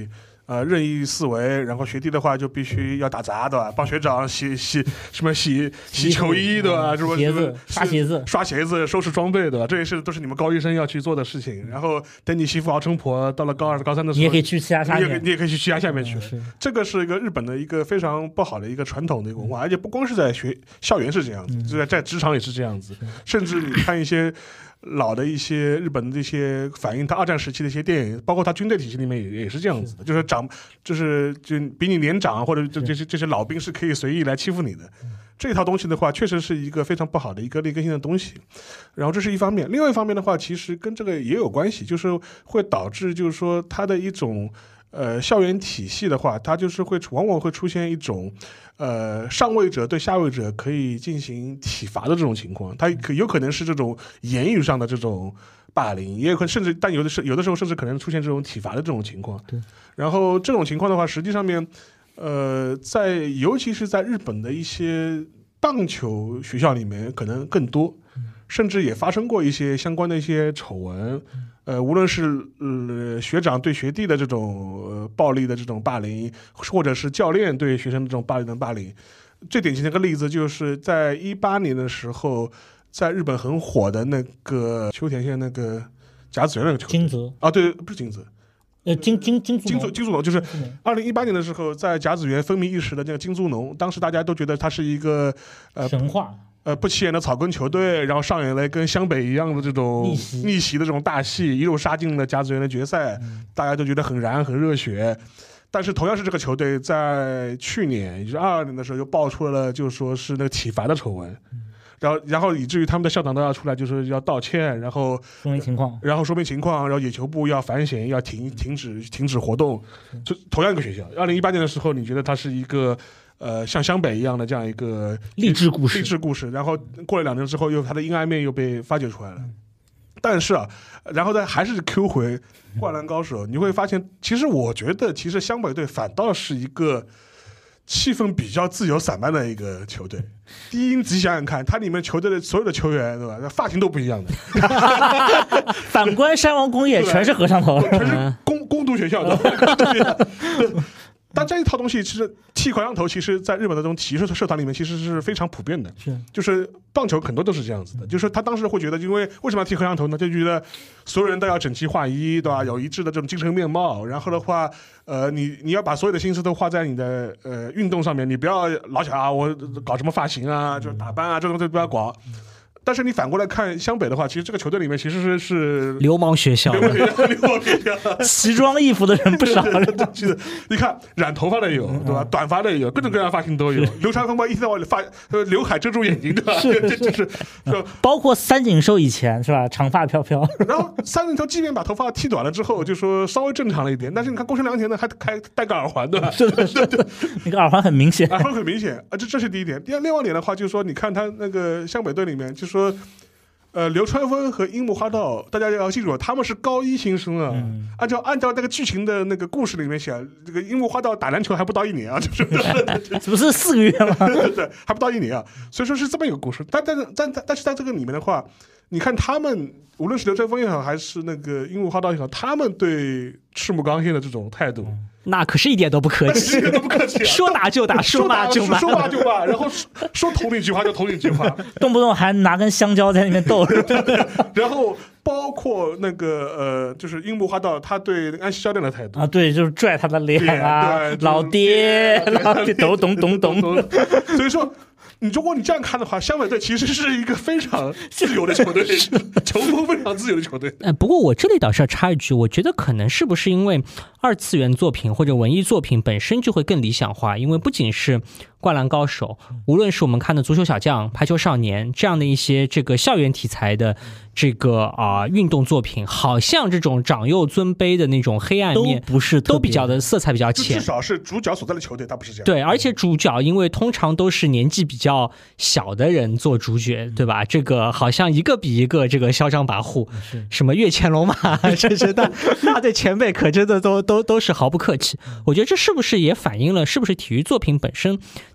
呃任意思维，然后学弟的话就必须要打杂，对吧？帮学长洗洗什么洗洗球衣，对吧？什么鞋子刷鞋子刷鞋子收拾装备，对吧？这也是都是你们高一生要去做的事情。然后等你媳妇熬成婆，到了高二高三的时候， 你也可以去其他下面， 你也你也可以去其他下面去。 嗯、 这个是一个日本的一个非常不好的一个传统的一个文化，而且不光是在学校园是这样子，就在在职场也是这样子，甚至你看一些老的一些日本的这些反映他二战时期的一些电影，包括他军队体系里面也也是这样子的，就是长就是就比你年长或者这这些这些老兵是可以随意来欺负你的。这套东西的话，确实是一个非常不好的一个劣根性的东西。然后这是一方面，另外一方面的话，其实跟这个也有关系，就是会导致就是说它的一种呃校园体系的话，它就是会往往会出现一种呃上位者对下位者可以进行体罚的这种情况，它可有可能是这种言语上的这种霸凌，也有可能甚至但有的是有的时候甚至可能出现这种体罚的这种情况。 对， 然后这种情况的话，实际上面。呃，在尤其是在日本的一些棒球学校里面，可能更多，甚至也发生过一些相关的一些丑闻。呃，无论是呃学长对学弟的这种、呃、暴力的这种霸凌，或者是教练对学生的这种暴力的霸凌，最典型的一个例子就是在一八年的时候，在日本很火的那个秋田县那个甲子园那个球队， 金泽啊，对，不是金泽。 呃，金金金金足金足农就是二零一八年的时候，在甲子园风靡一时的那个金足农，当时大家都觉得他是一个呃神话， 呃不起眼的草根球队，然后上演了跟湘北一样的这种逆袭逆袭的这种大戏，一路杀进了甲子园的决赛，嗯、大家都觉得很燃很热血。但是同样是这个球队，在去年也就是二二年的时候，又爆出了就是说是那个体罚的丑闻。嗯然后，然后以至于他们的校长都要出来，就是要道歉，然后说明情况， 然后说明情况，然后野球部要反省，要停停止停止活动。就同样一个学校，二零一八年的时候，你觉得它是一个呃像湘北一样的这样一个励志故事， 励志故事。然后过了两年之后，又它的阴暗面又被发掘出来了。但是啊，然后再还是 Q 回《灌篮高手》，你会发现，其实我觉得，其实湘北队反倒是一个气氛比较自由散漫的一个球队。第一，你仔细想想看，它里面球队的所有的球员，对吧？发型都不一样的。 反观山王工业，全是和尚头， 全是工工读学校的。但这一套东西，其实剃和尚头，其实在日本的这种体育社团里面，其实是非常普遍的。 是， 就是棒球很多都是这样子的。就是他当时会觉得，因为为什么要剃和尚头呢？就觉得所有人都要整齐划一，对吧？有一致的这种精神面貌。然后的话，呃，你你要把所有的心思都花在你的呃运动上面，你不要老想啊，我搞什么发型啊，就是打扮啊，这种都不要搞。但是你反过来看湘北的话，其实这个球队里面其实是是流氓学校， 流氓学校，流氓学校， 奇装异服的人不少。 是的，你看染头发的有，对吧？短发的有，各种各样的发型都有。流川枫吧，一天到晚发呃刘海遮住眼睛，对吧？这就是， 包括三井寿以前是吧，长发飘飘。 然后三井寿即便把头发剃短了之后，就说稍微正常了一点，但是你看宫城良田呢，还还戴个耳环，对吧？ 是的，是的，那个耳环很明显， 耳环很明显啊，这这是第一点。第二，另外一点的话，就是说，你看他那个湘北队里面，就说。呃，流川枫和樱木花道，大家要记住，他们是高一新生啊。嗯、按照按照那个剧情的那个故事里面写，这个樱木花道打篮球还不到一年啊，就是这不是四个月吗？ 对，还不到一年啊，所以说是这么一个故事。但但是但但是在这个里面的话，你看他们无论是流川枫也好，还是那个樱木花道也好，他们对赤木刚宪的这种态度。嗯那可是一点都不客气， 一点都不客气、啊， 说打就打，说骂就骂， 说骂就骂，然后说同一句话就同一句话， 动不动还拿根香蕉在那边逗。 然后包括那个呃，就是樱木花道他对安西教练的态度啊，对，就是拽他的脸啊，老爹，老爹，懂懂懂懂。 所以说。你如果你这样看的话，湘北队其实是一个非常自由的球队，球风非常自由的球队。 呃，不过我这里倒是要插一句，我觉得可能是不是因为二次元作品或者文艺作品本身就会更理想化，因为不仅是灌篮高手，无论是我们看的足球小将、排球少年这样的一些这个校园题材的这个啊、呃、运动作品，好像这种长幼尊卑的那种黑暗面都不是都比较的色彩比较浅， 至少是主角所在的球队它不是这样。 对，而且主角因为通常都是年纪比较小的人做主角，对吧？这个好像一个比一个这个嚣张跋扈，什么跃前龙马，这是那那对前辈可真的都都都是毫不客气。我觉得这是不是也反映了是不是体育作品本身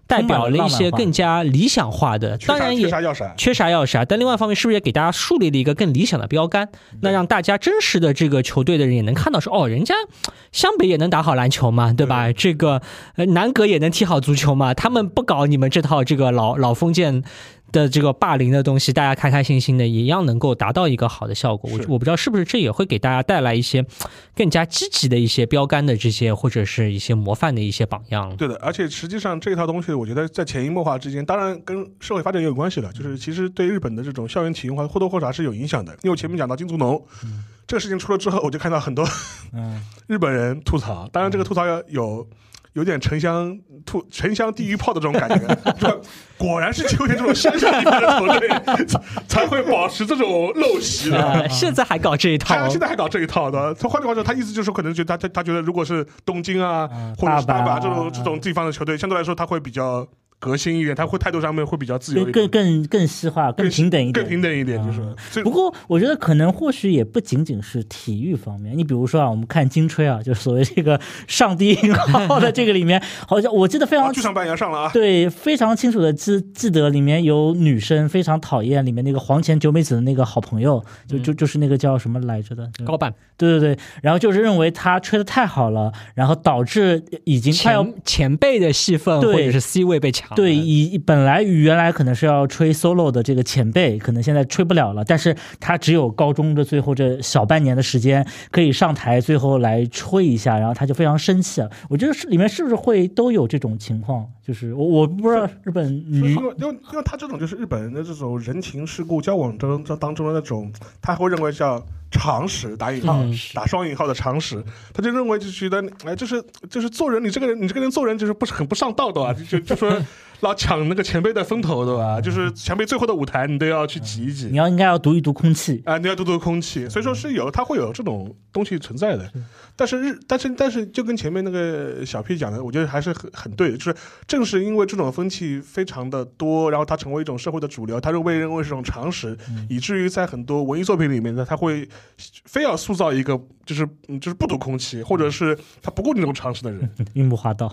代表了一些更加理想化的，当然也缺啥要啥， 缺啥要啥。但另外一方面，是不是也给大家树立了一个更理想的标杆？那让大家真实的这个球队的人也能看到说，哦，人家湘北也能打好篮球嘛，对吧？对这个呃南葛也能踢好足球嘛，他们不搞你们这套这个老老封建的这个霸凌的东西，大家开开心心的，也一样能够达到一个好的效果。我我不知道是不是这也会给大家带来一些更加积极的一些标杆的这些，或者是一些模范的一些榜样。 对的，而且实际上这套东西，我觉得在潜移默化之间，当然跟社会发展也有关系了。就是其实对日本的这种校园体育化或多或少是有影响的。因为我前面讲到金足农、嗯、这个事情出了之后，我就看到很多、嗯、日本人吐槽，当然这个吐槽有。有点城乡吐城乡地狱炮的这种感觉，果然是秋田这种乡下地方的球队才会保持这种陋习的、 呃。现在还搞这一套， 现在还搞这一套的。他换句话说，他意思就是可能觉得他他他觉得，如果是东京啊，嗯、或者是大阪这种、嗯、这种地方的球队，相对来说他会比较革新一点，他会态度上面会比较自由一点， 更更更细化，更平等一点， 更平等一点，就是、 嗯。不过我觉得可能或许也不仅仅是体育方面，你比如说啊，我们看金吹啊，就是所谓这个上帝音号的这个里面，好像我记得非常剧场版也上了啊， 对，非常清楚的记记得里面有女生非常讨厌里面那个黄前久美子的那个好朋友，就就就是那个叫什么来着的高坂， 对对对，然后就是认为他吹得太好了，然后导致已经快要前, 前辈的戏份或者是 C 位被抢了， 对，以本来原来可能是要吹 solo 的这个前辈，可能现在吹不了了，但是他只有高中的最后这小半年的时间可以上台，最后来吹一下，然后他就非常生气了。我觉得是里面是不是会都有这种情况？就是我我不知道日本女， 因为因为因为他这种就是日本人的这种人情世故交往中当中的那种，他会认为叫常识，打引号、嗯、打双引号的常识，他就认为就觉得哎，就是就是做人，你这个人你这个人做人就是不是很不上道的啊，就就说老抢那个前辈的风头，对吧？就是前辈最后的舞台，你都要去挤一挤。 你要应该要读一读空气啊、呃，你要读读空气。所以说是有，它会有这种东西存在的。但是日，但是但是，就跟前面那个小 P 讲的，我觉得还是很很对的。就是正是因为这种风气非常的多，然后它成为一种社会的主流，它就被认为是一种常识，嗯、以至于在很多文艺作品里面呢，它会非要塑造一个就是就是不读空气，或者是他不顾那种常识的人， 樱木花道。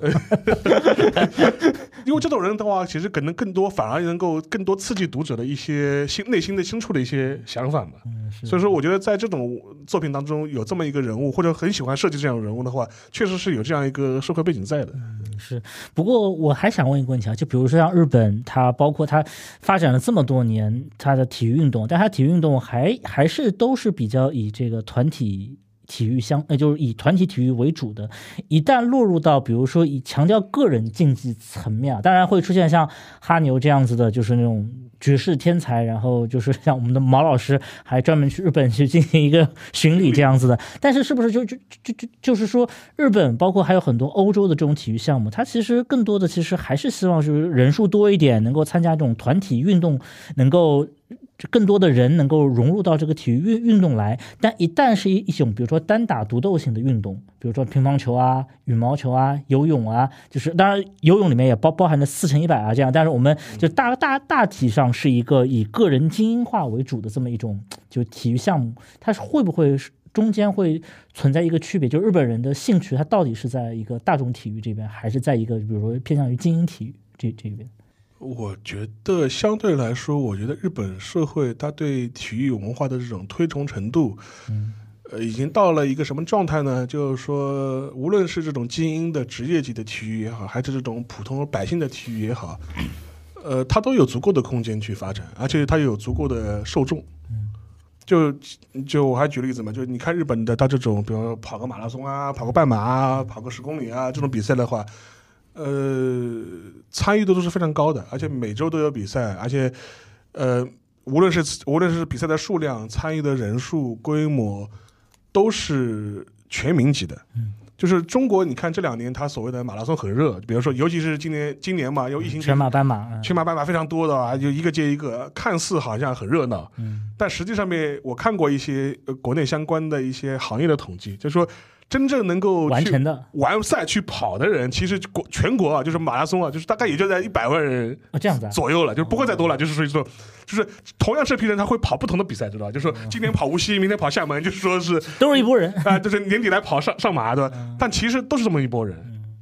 因为这种人的话，其实可能更多反而能够更多刺激读者的一些心内心的深处的一些想法嘛。嗯、所以说，我觉得在这种作品当中有这么一个人物，或者很喜欢设计这样的人物的话，确实是有这样一个社会背景在的。 嗯、是。不过我还想问一个问题啊，就比如说像日本，它包括它发展了这么多年它的体育运动，但它体育运动还还是都是比较以这个团体。体育相呃，就是以团体体育为主的，一旦落入到比如说以强调个人竞技层面啊，当然会出现像哈牛这样子的，就是那种绝世天才，然后就是像我们的毛老师还专门去日本去进行一个巡礼这样子的。但是是不是就就就就就是说，日本包括还有很多欧洲的这种体育项目，它其实更多的其实还是希望是人数多一点，能够参加这种团体运动，能够。更多的人能够融入到这个体育运运动来，但一旦是一一种比如说单打独斗型的运动，比如说乒乓球啊、羽毛球啊、游泳啊，就是当然游泳里面也包包含了四乘一百啊这样，但是我们就大大大体上是一个以个人精英化为主的这么一种就体育项目，它是会不会中间会存在一个区别？就日本人的兴趣，它到底是在一个大众体育这边，还是在一个比如说偏向于精英体育这这边？ 我觉得相对来说，我觉得日本社会它对体育文化的这种推崇程度，嗯，呃，已经到了一个什么状态呢？就是说，无论是这种精英的职业级的体育也好，还是这种普通百姓的体育也好，呃，它都有足够的空间去发展，而且它有足够的受众。就就我还举例子嘛，就你看日本的，它这种，比如说跑个马拉松啊，跑个半马啊，跑个十公里啊，这种比赛的话。呃，参与度都是非常高的，而且每周都有比赛，而且，呃，无论是无论是比赛的数量、参与的人数、规模，都是全民级的。嗯，就是中国，你看这两年它所谓的马拉松很热，比如说，尤其是今年今年嘛，有疫情全马、斑马， 全马、斑马非常多的啊，就一个接一个，看似好像很热闹，嗯，但实际上面我看过一些、呃、国内相关的一些行业的统计，就是说。真正能够完成的完赛去跑的人，其实国全国啊，就是马拉松啊，就是大概也就在一百万人这样子左右了，就是不会再多了。就是说，说就是同样这批人他会跑不同的比赛，知道吧？就是说今天跑无锡，明天跑厦门，就是说是都是一拨人啊、呃，就是年底来跑上上马，对吧？但其实都是这么一拨人。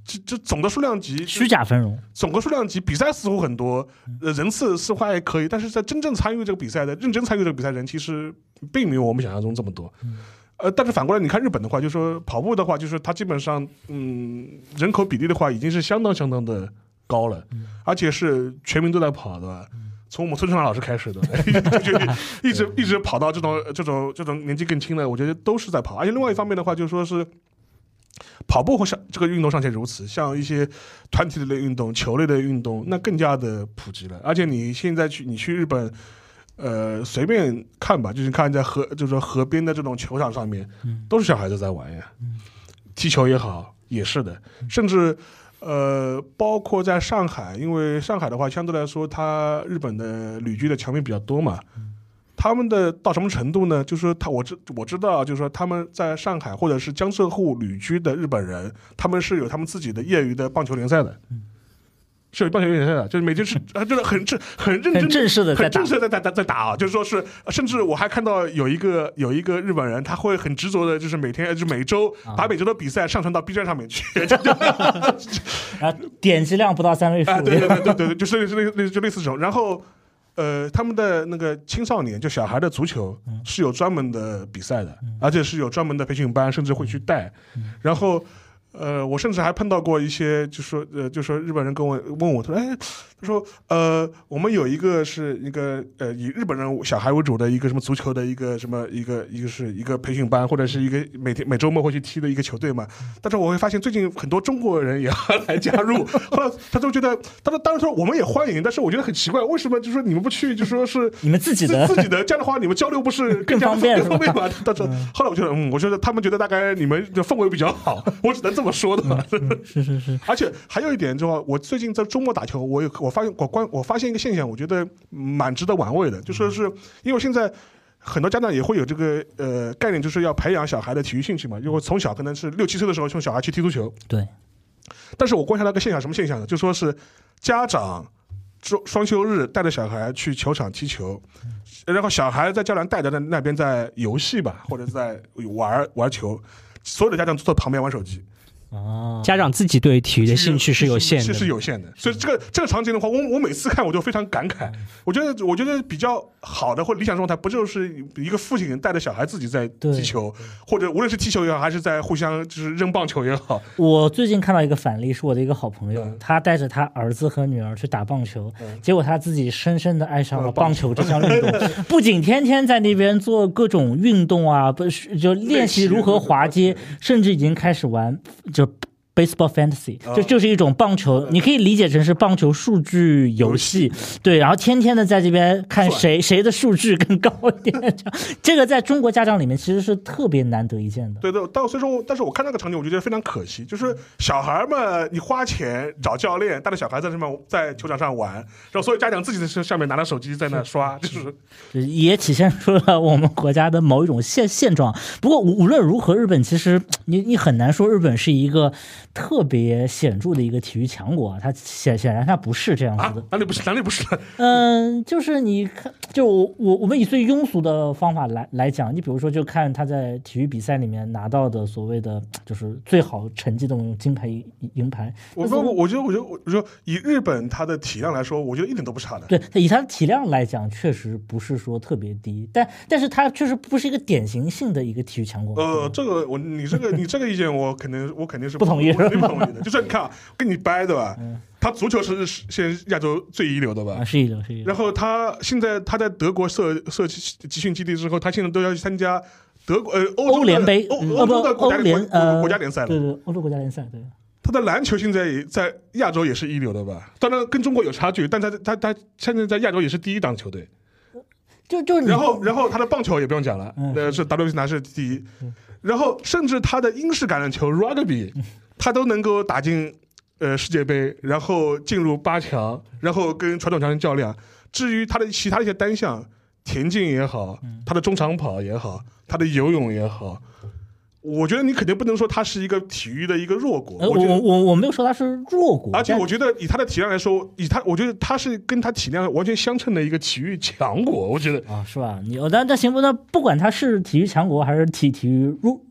这这总的数量级虚假繁荣， 总的数量级比赛似乎很多，呃，人次似乎还可以，但是在真正参与这个比赛的、认真参与这个比赛人，其实并没有我们想象中这么多。嗯、呃，但是反过来你看日本的话，就是说跑步的话，就是它基本上，嗯，人口比例的话，已经是相当相当的高了，嗯、而且是全民都在跑，对吧？嗯、从我们孙春兰老师开始的，就一直一直跑到这种这种这种年纪更轻的，我觉得都是在跑。而且另外一方面的话，就是说是。跑步和像这个运动尚且如此，像一些团体类的运动、球类的运动，那更加的普及了。而且你现在去，你去日本，呃，随便看吧，就是看在河，就是说河边的这种球场上面，都是小孩子在玩呀。踢球也好，也是的，甚至呃，包括在上海，因为上海的话，相对来说，它日本的旅居的侨民比较多嘛。他们的到什么程度呢？就是说他我知我知道，就是说他们在上海或者是江浙沪旅居的日本人，他们是有他们自己的业余的棒球联赛的，嗯、是有棒球联赛的，就是每天是就是很正很认真很正式的在打， 很正式的在在在打啊，就是说是，甚至我还看到有一个有一个日本人，他会很执着的，就是每天就是每周把每周的比赛上传到 B 站上面去， 然后点击量不到三位数， 啊、对对对对对，就是类类就类似这种，然后。呃，他们的那个青少年就小孩的足球是有专门的比赛的，嗯、而且是有专门的培训班，甚至会去带。嗯、然后，呃，我甚至还碰到过一些，就说呃，就说日本人跟我问我，他说，哎，他说，呃，我们有一个是一个呃以日本人小孩为主的一个什么足球的一个什么一个一个是一个培训班，或者是一个每天每周末会去踢的一个球队嘛。但是我会发现最近很多中国人也要来加入，后来他就觉得，他说当然说我们也欢迎，但是我觉得很奇怪，为什么就说你们不去，就说是你们自己的自己的，这样的话你们交流不是更加方便更方便吗？但是后来我觉得，嗯，我觉得他们觉得大概你们的氛围比较好，我只能这么说的嘛。 嗯、是是是， 而且还有一点，就我最近在周末打球，我有我发现我关我发现一个现象，我觉得蛮值得玩味的，就说是因为现在很多家长也会有这个呃概念，就是要培养小孩的体育兴趣嘛，因为从小可能是六七岁的时候送小孩去踢足球， 对。 但是我观察到一个现象，什么现象呢？就说是家长双休日带着小孩去球场踢球，然后小孩在家长带着在那边在游戏吧，或者在玩玩球，所有的家长都在旁边玩手机。 哦， 家长自己对体育的兴趣是有限的， 是是有限的，所以这个这个场景的话，我我每次看我就非常感慨。我觉得我觉得比较好的或理想状态，不就是一个父亲带着小孩自己在踢球，或者无论是踢球也好，还是在互相就是扔棒球也好。 我最近看到一个反例，是我的一个好朋友，嗯、他带着他儿子和女儿去打棒球，嗯、结果他自己深深的爱上了棒球这项运动，嗯、不仅天天在那边做各种运动啊，不是就练习如何滑街，甚至已经开始玩就。Baseball Fantasy 就就是一种棒球，你可以理解成是棒球数据游戏，对，然后天天的在这边看谁谁的数据更高一点，这个在中国家长里面其实是特别难得一见的。 对对，但所以说，但是我看那个场景，我觉得非常可惜，就是小孩们，你花钱找教练，带着小孩在上面在球场上玩，然后所有家长自己在上面拿着手机在那刷，就是也体现出了我们国家的某一种现现状。不过无论如何，日本其实你你很难说日本是一个特别显著的一个体育强国，它显显然它不是这样子的。 啊、哪里不是？哪里不是？ 嗯，就是你看，就我我我们以最庸俗的方法来来讲，你比如说，就看他在体育比赛里面拿到的所谓的就是最好成绩的那种金牌、银牌。 我说，我觉得，我觉得，我说以日本它的体量来说，我觉得一点都不差的。 对，以它的体量来讲，确实不是说特别低，但但是它确实不是一个典型性的一个体育强国。 呃，这个我你这个你这个意见，我肯定我肯定是不同意。 不同意的，就是你看啊，跟你掰的吧，嗯、他足球是现在亚洲最一流的吧， 啊、是一流是一流。 然后他现在他在德国设设集训基地之后，他现在都要去参加德国呃欧联杯、 欧欧洲的国家联呃国家联赛了， 对对，欧洲国家联赛对。 他的篮球现在也在亚洲也是一流的吧，当然跟中国有差距，但他他他现在在亚洲也是第一档球队。 就就然后然后他的棒球也不用讲了，嗯、呃是 W B C 拿是第一，嗯、然后甚至他的英式橄榄球 Rugby。嗯他都能够打进呃世界杯，然后进入八强，然后跟传统强人较量。至于他的其他的一些单项，田径也好，他的中长跑也好，他的游泳也好，我觉得你肯定不能说他是一个体育的一个弱国。 我我我我没有说他是弱国， 而且我觉得以他的体量来说，以他，我觉得他是跟他体量完全相称的一个体育强国。我觉得啊，是吧？你但但行不？那不管他是体育强国还是体体育弱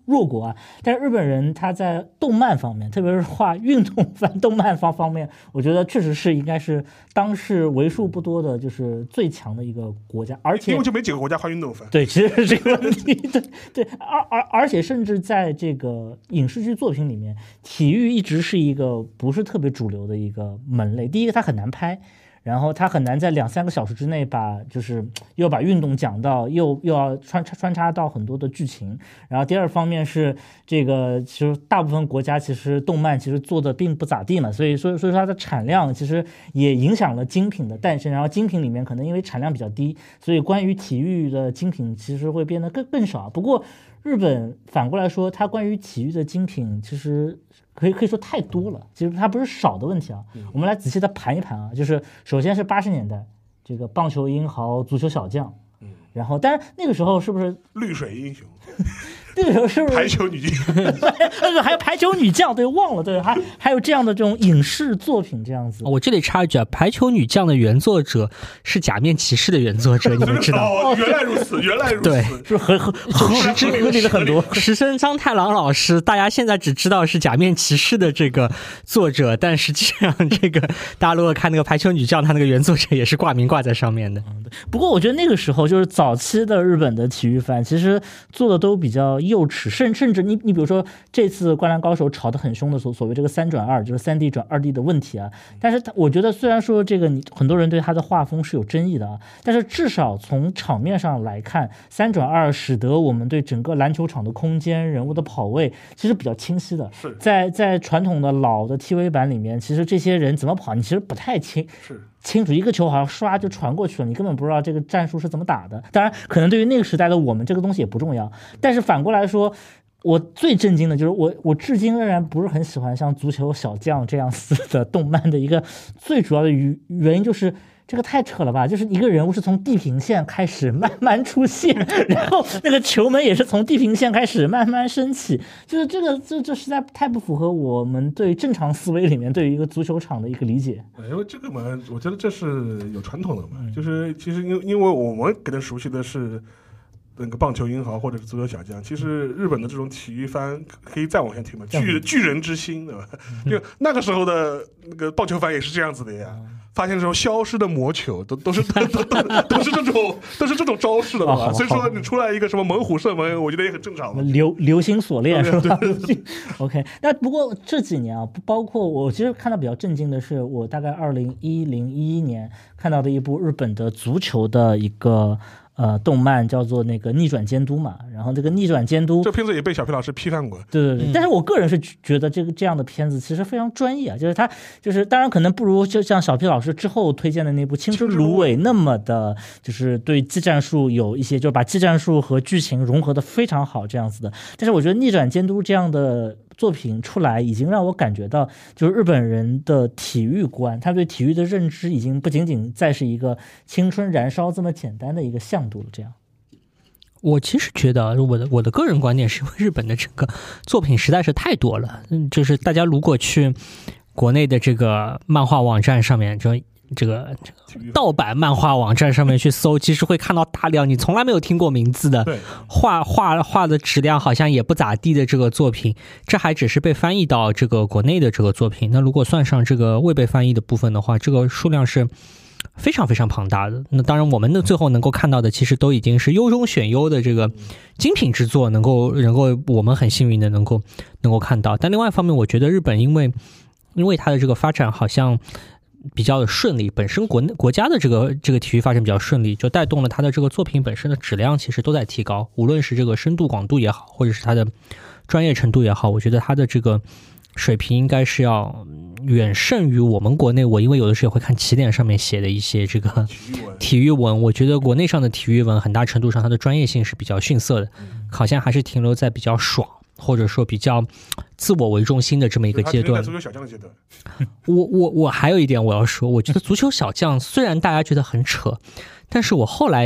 弱国啊。但是日本人他在动漫方面，特别是画运动番动漫方方面，我觉得确实是应该是当世为数不多的就是最强的一个国家，而且因为就没几个国家画运动番。 对，其实是这个问题。对对，而而而且甚至在这个影视剧作品里面，体育一直是一个不是特别主流的一个门类。第一个，它很难拍。然后他很难在两三个小时之内把就是又把运动讲到，又又要穿穿插到很多的剧情。然后第二方面是这个，其实大部分国家其实动漫其实做的并不咋地嘛，所以所以所以说它的产量其实也影响了精品的诞生。然后精品里面可能因为产量比较低，所以关于体育的精品其实会变得更更少。不过日本反过来说，它关于体育的精品其实可以可以说太多了，其实它不是少的问题啊。我们来仔细的盘一盘啊，就是首先是八十年代这个棒球英豪、足球小将，然后但是那个时候是不是绿水英雄？ 那个时候是不是排球女将？ 那个还有排球女将，对，忘了，对，还还有这样的这种影视作品这样子。 我这里插一句啊，排球女将的原作者是假面骑士的原作者，你们知道？ 哦，原来如此，原来如此。 对， 是很很合石合理了很多。 石森章太郎老师，大家现在只知道是假面骑士的这个作者，但实际上这个大家如果看那个排球女将，他那个原作者也是挂名挂在上面的。 不过我觉得那个时候就是早期的日本的体育番，其实做的都比较幼稚，甚甚至你你比如说这次《灌篮高手》吵得很凶的所所谓这个三转二，就是三 D 转二 D 的问题啊。但是我觉得虽然说这个你很多人对他的画风是有争议的啊，但是至少从场面上来看，三转二使得我们对整个篮球场的空间、人物的跑位其实比较清晰的。 是在在传统的老的 T V 版里面，其实这些人怎么跑，你其实不太清。 是。 清楚，一个球好像刷就传过去了，你根本不知道这个战术是怎么打的。当然可能对于那个时代的我们这个东西也不重要，但是反过来说，我最震惊的就是我我至今仍然不是很喜欢像足球小将这样子的动漫的一个最主要的原因就是这个太扯了吧，就是一个人物是从地平线开始慢慢出现，然后那个球门也是从地平线开始慢慢升起，就是这个这这实在太不符合我们对正常思维里面对于一个足球场的一个理解。 因为这个嘛，我觉得这是有传统的嘛，就是其实因因为我们可能熟悉的是那个棒球英豪或者是足球小将，其实日本的这种体育番可以再往前提嘛，巨巨人之心，对吧？就那个时候的那个棒球番也是这样子的呀。发现这种消失的魔球都都是都都都都是这种都是这种招式的吧？所以说你出来一个什么猛虎射门，我觉得也很正常嘛。 流流星锁链是吧？OK， 那不过这几年啊，包括我其实看到比较震惊的是，我大概二零一零一一年看到的一部日本的足球的一个。呃，动漫叫做那个逆转监督嘛，然后这个逆转监督这片子也被小皮老师批判过。 对对对，嗯、但是我个人是觉得这个这样的片子其实非常专业啊，就是它就是当然可能不如就像小皮老师之后推荐的那部《青之芦苇》那么的，就是对技战术有一些，就把技战术和剧情融合的非常好这样子的。但是我觉得逆转监督这样的作品出来，已经让我感觉到，就是日本人的体育观，他对体育的认知已经不仅仅再是一个青春燃烧这么简单的一个向度了。这样， 我其实觉得我的我的个人观点是，因为日本的这个作品实在是太多了，就是大家如果去国内的这个漫画网站上面，就这个盗版漫画网站上面去搜，其实会看到大量你从来没有听过名字的画画画的质量好像也不咋地的这个作品，这还只是被翻译到这个国内的这个作品。那如果算上这个未被翻译的部分的话，这个数量是非常非常庞大的。那当然我们的最后能够看到的其实都已经是优中选优的这个精品之作，能够能够我们很幸运的能够能够看到。但另外一方面，我觉得日本因为因为它的这个发展好像比较的顺利，本身国国家的这个这个体育发展比较顺利，就带动了它的这个作品本身的质量其实都在提高，无论是这个深度广度也好，或者是它的专业程度也好，我觉得它的这个水平应该是要远胜于我们国内。我因为有的时候会看起点上面写的一些这个体育文，我觉得国内上的体育文很大程度上它的专业性是比较逊色的，好像还是停留在比较爽或者说比较自我为中心的这么一个阶段。 足球小将的阶段， 我我我还有一点我要说，我觉得足球小将虽然大家觉得很扯，但是我后来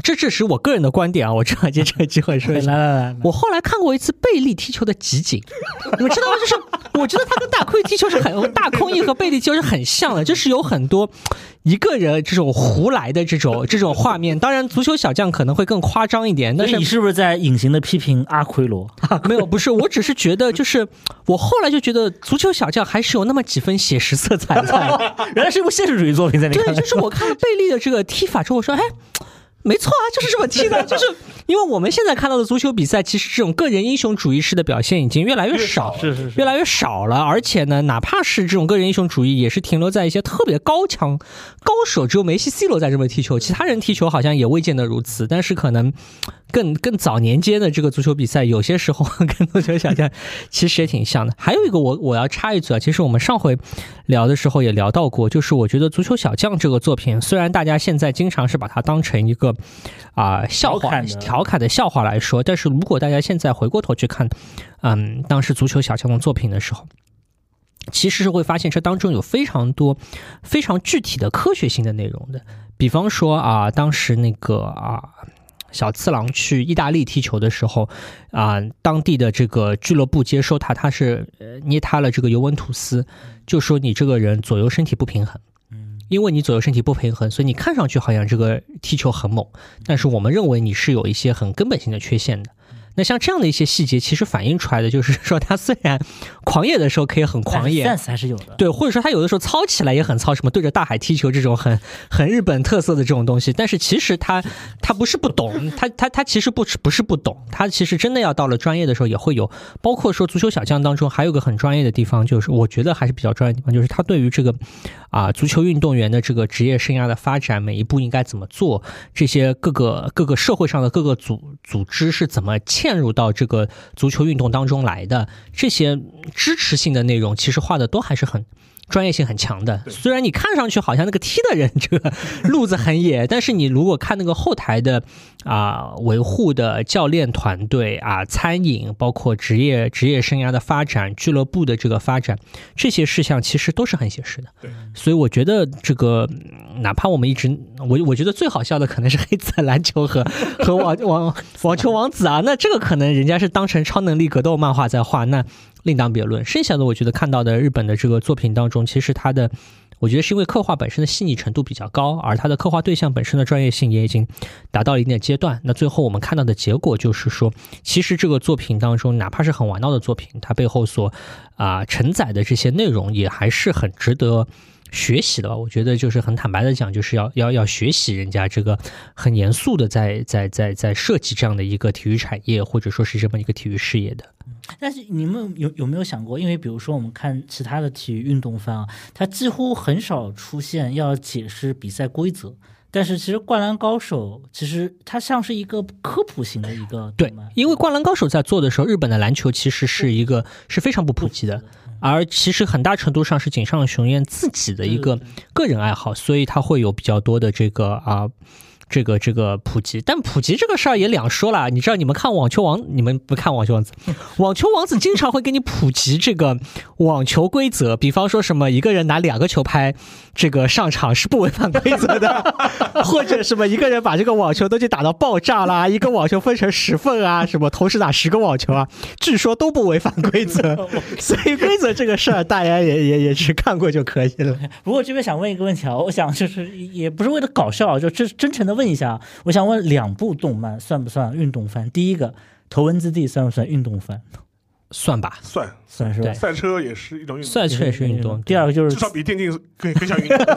这只是我个人的观点啊，我正好借这个机会说一下。 来来来， 我后来看过一次贝利踢球的集锦，你们知道吗？就是我觉得他跟大空翼踢球是很大空翼和贝利踢球是很像的，就是有很多一个人这种胡来的这种这种画面。当然，足球小将可能会更夸张一点，但是你是不是在隐形的批评阿奎罗？ 没有，不是，我只是觉得，就是我后来就觉得足球小将还是有那么几分写实色彩在。 原来是一部现实主义作品，在你看来。 对，就是我看了贝利的这个踢法之后，我说，哎。没错啊，就是这么踢的，就是因为我们现在看到的足球比赛，其实这种个人英雄主义式的表现已经越来越少， 是是是， 越来越少了。而且呢，哪怕是这种个人英雄主义，也是停留在一些特别高强高手，只有梅西、C 罗在这么踢球，其他人踢球好像也未见得如此。但是可能更更早年间的这个足球比赛，有些时候跟足球小将其实也挺像的。还有一个我我要插一嘴啊，其实我们上回聊的时候也聊到过，就是我觉得足球小将这个作品，虽然大家现在经常是把它当成一个啊、呃、笑话调侃的笑话来说，但是如果大家现在回过头去看，嗯，当时足球小将的作品的时候，其实是会发现这当中有非常多非常具体的科学性的内容的。比方说啊，当时那个啊小次郎去意大利踢球的时候啊，当地的这个俱乐部接收他，他是捏他了这个尤文图斯，就说你这个人左右身体不平衡。因为你左右身体不平衡，所以你看上去好像这个踢球很猛，但是我们认为你是有一些很根本性的缺陷的。那像这样的一些细节，其实反映出来的就是说，他虽然狂野的时候可以很狂野， sense 还是有的。 对，或者说他有的时候操起来也很操，什么对着大海踢球这种很很日本特色的这种东西。但是其实他他不是不懂，他他他其实不不是不懂，他其实真的要到了专业的时候也会有。包括说足球小将当中还有个很专业的地方，就是我觉得还是比较专业的地方，就是他对于这个啊足球运动员的这个职业生涯的发展，每一步应该怎么做，这些各个各个社会上的各个组组织是怎么嵌入到这个足球运动当中来的，这些支持性的内容其实画的都还是很专业性很强的。虽然你看上去好像那个踢的人这个路子很野，但是你如果看那个后台的啊、呃、维护的教练团队啊、餐饮，包括职业职业生涯的发展、俱乐部的这个发展，这些事项其实都是很写实的。 对， 所以我觉得这个哪怕我们一直我我觉得最好笑的可能是黑子篮球和和网网网球王子啊，那这个可能人家是当成超能力格斗漫画在画，那另当别论。剩下的我觉得看到的日本的这个作品当中，其实它的我觉得是因为刻画本身的细腻程度比较高，而它的刻画对象本身的专业性也已经达到了一定的阶段。那最后我们看到的结果就是说，其实这个作品当中哪怕是很玩闹的作品，它背后所啊、呃、承载的这些内容也还是很值得学习的吧。我觉得就是很坦白的讲，就是要要要学习人家这个很严肃的在在在在设计这样的一个体育产业，或者说是这么一个体育事业的。 但是你们有有没有想过，因为比如说我们看其他的体育运动番啊，它几乎很少出现要解释比赛规则，但是其实《灌篮高手》其实它像是一个科普型的一个对，因为《灌篮高手》在做的时候，日本的篮球其实是一个是非常不普及的，而其实很大程度上是井上雄彦自己的一个个人爱好，所以他会有比较多的这个啊。这个这个普及，但普及这个事儿也两说了。你知道，你们看网球王，你们不看网球王子，网球王子经常会给你普及这个网球规则，比方说什么一个人拿两个球拍这个上场是不违反规则的，或者什么一个人把这个网球都去打到爆炸啦，一个网球分成十份啊，什么同时打十个网球啊，据说都不违反规则。所以规则这个事儿，大家也也也是看过就可以了。 不过这边想问一个问题啊，我想就是也不是为了搞笑，就真真诚的问一下，我想问两部动漫算不算运动番？第一个《头文字 D》算不算运动番？ 算吧， 算算是吧。 赛车也是一种运动， 赛车也是运动。 第二个就是至少比电竞更更像运动。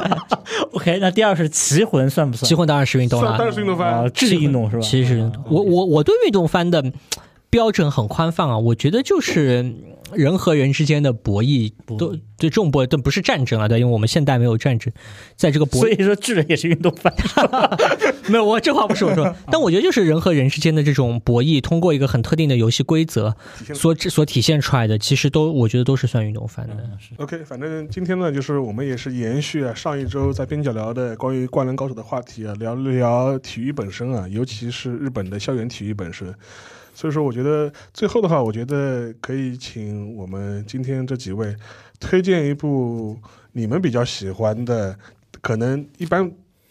OK， 那第二是棋魂算不算？ 棋魂当然是运动了， 当然是运动番啊，智力运动是吧？ 其实是运动。我我我对运动番的标准很宽泛啊，我觉得就是人和人之间的博弈，都对这种博弈，但不是战争啊，对，因为我们现代没有战争，在这个博弈， 所以说巨人也是运动番， 没有，我这话不是我说，但我觉得就是人和人之间的这种博弈，通过一个很特定的游戏规则所所体现出来的，其实都我觉得都是算运动番的。 嗯、 OK， 反正今天呢，就是我们也是延续啊上一周在边角聊的关于《灌篮高手》的话题啊，聊一聊体育本身啊，尤其是日本的校园体育本身。所以说我觉得最后的话，我觉得可以请我们今天这几位推荐一部你们比较喜欢的，可能一般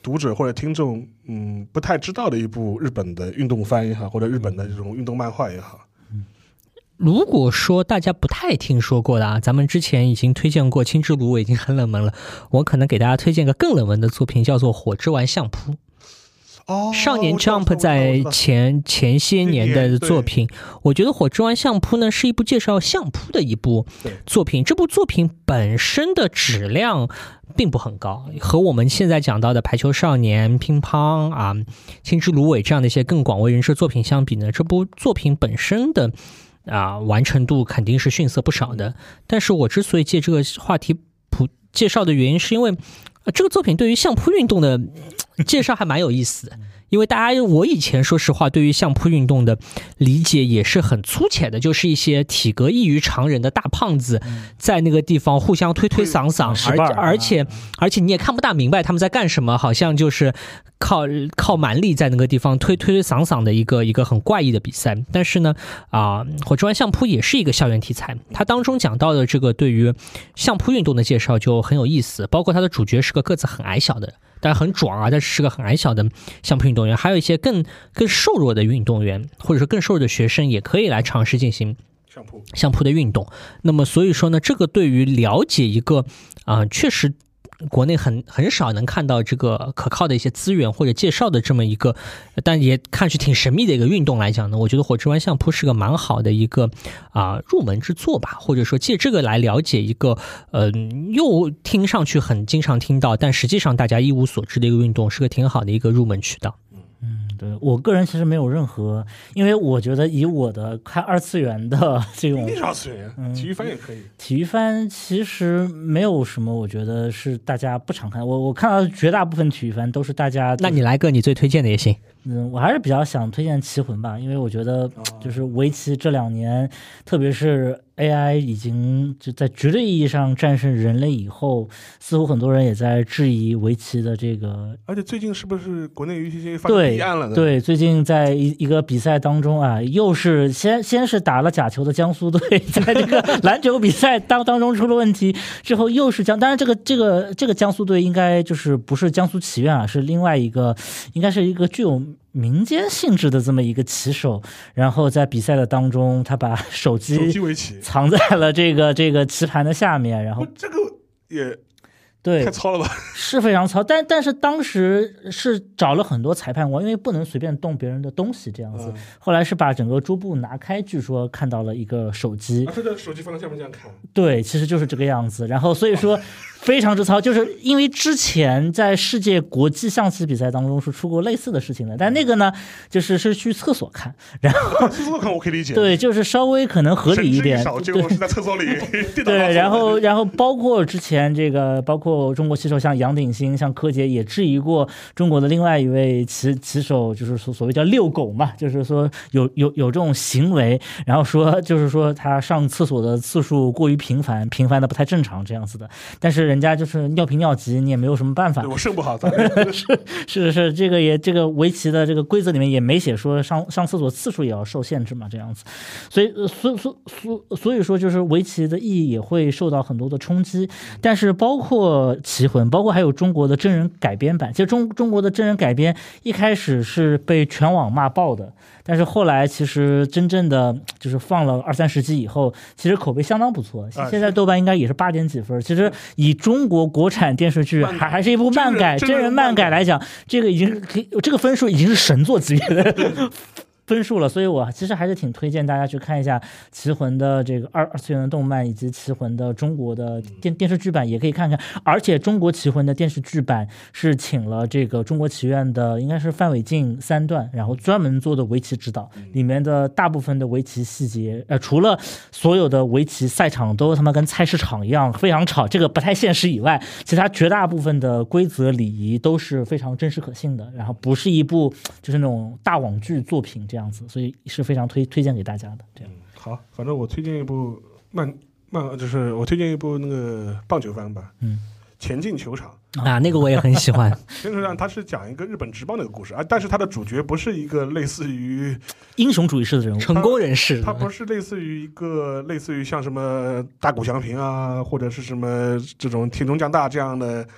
读者或者听众嗯不太知道的一部日本的运动番也好，或者日本的这种运动漫画也好。 如果说大家不太听说过的啊，咱们之前已经推荐过《青之芦苇》，已经很冷门了。我可能给大家推荐个更冷门的作品，叫做《火之丸相扑》。 哦， 少年 Jump 在前前些年的作品，我觉得《火之丸相扑》呢是一部介绍相扑的一部作品。这部作品本身的质量并不很高，和我们现在讲到的《排球少年》、乒乓啊、青之芦苇这样的一些更广为人知的作品相比呢，这部作品本身的啊完成度肯定是逊色不少的。但是我之所以借这个话题普介绍的原因，是因为、呃、这个作品对于相扑运动的介绍还蛮有意思的。因为大家，我以前说实话，对于相扑运动的理解也是很粗浅的，就是一些体格异于常人的大胖子在那个地方互相推推搡搡，而而且而且你也看不大明白他们在干什么，好像就是靠靠蛮力在那个地方推推推搡搡的一个一个很怪异的比赛。但是呢，啊、呃，火之丸相扑也是一个校园题材，它当中讲到的这个对于相扑运动的介绍就很有意思，包括它的主角是个个子很矮小的。但很壮啊，但是是个很矮小的相扑运动员，还有一些更更瘦弱的运动员，或者说更瘦弱的学生，也可以来尝试进行相扑相扑的运动。那么所以说呢，这个对于了解一个啊、呃，确实国内很很少能看到这个可靠的一些资源或者介绍的这么一个，但也看去挺神秘的一个运动来讲呢，我觉得火之丸相扑是个蛮好的一个啊、呃、入门之作吧，或者说借这个来了解一个呃又听上去很经常听到，但实际上大家一无所知的一个运动，是个挺好的一个入门渠道。 嗯，对，我个人其实没有任何，因为我觉得以我的看二次元的这种， 一定是二次元，嗯，体育番也可以。 体育番其实没有什么，我觉得是大家不常看。我我看到绝大部分体育番都是大家， 那你来个你最推荐的也行。 嗯，我还是比较想推荐《棋魂》吧，因为我觉得就是围棋这两年，特别是 A I 已经就在绝对意义上战胜人类以后，似乎很多人也在质疑围棋的这个。 而且最近是不是国内游戏界发生弊案了呢？ 对，最近在一一个比赛当中啊，又是先先是打了假球的江苏队，在这个篮球比赛当当中出了问题，之后又是江，当然这个这个这个江苏队应该就是不是江苏棋院啊，是另外一个，应该是一个具有民间性质的这么一个棋手，然后在比赛的当中，他把手机手机围棋藏在了这个这个棋盘的下面，然后这个也对太糙了吧？ 是非常糙，但但是当时是找了很多裁判官，因为不能随便动别人的东西这样子。嗯、后来是把整个桌布拿开，据说看到了一个手机， 啊，他的手机放在下面这样看。 对，其实就是这个样子。然后所以说。非常之糙，就是因为之前在世界国际象棋比赛当中是出过类似的事情的，但那个呢，就是是去厕所看，然后厕所看我可以理解， 对，就是稍微可能合理一点， 少，结果是在厕所里， 对，然后然后包括之前这个，包括中国棋手像杨鼎新、像柯洁也质疑过中国的另外一位棋棋手，就是所所谓叫遛狗嘛，就是说有有有这种行为，然后说就是说他上厕所的次数过于频繁，频繁的不太正常这样子的，但是。人家就是尿频尿急，你也没有什么办法。 我肾不好， 是是是，这个也这个围棋的这个规则里面也没写说上上厕所次数也要受限制嘛，这样子。所以所所所所以说，就是围棋的意义也会受到很多的冲击。但是包括棋魂，包括还有中国的真人改编版，其实中中国的真人改编一开始是被全网骂爆的。但是后来其实真正的就是放了二三十集以后，其实口碑相当不错。现在豆瓣应该也是八点几分。其实以中国国产电视剧还还是一部漫改真人漫改来讲，这个已经可以，这个分数已经是神作级别的分数了，所以我其实还是挺推荐大家去看一下《棋魂》的这个二二次元的动漫，以及《棋魂》的中国的电电视剧版也可以看看。而且中国《棋魂》的电视剧版是请了这个中国棋院的，应该是范伟晋三段，然后专门做的围棋指导，里面的大部分的围棋细节，呃，除了所有的围棋赛场都他妈跟菜市场一样非常吵，这个不太现实以外，其他绝大部分的规则礼仪都是非常真实可信的，然后不是一部就是那种大网剧作品。这样子，所以是非常推推荐给大家的。这样、嗯、 好，反正我推荐一部漫漫，就是我推荐一部那个棒球番吧。嗯，前进球场啊，那个我也很喜欢。 前进球场它是讲一个日本职棒的一个故事啊，但是它的主角不是一个类似于英雄主义式的人物， 成功人士， 他不是类似于一个类似于像什么大谷翔平啊，或者是什么这种铁中将大这样的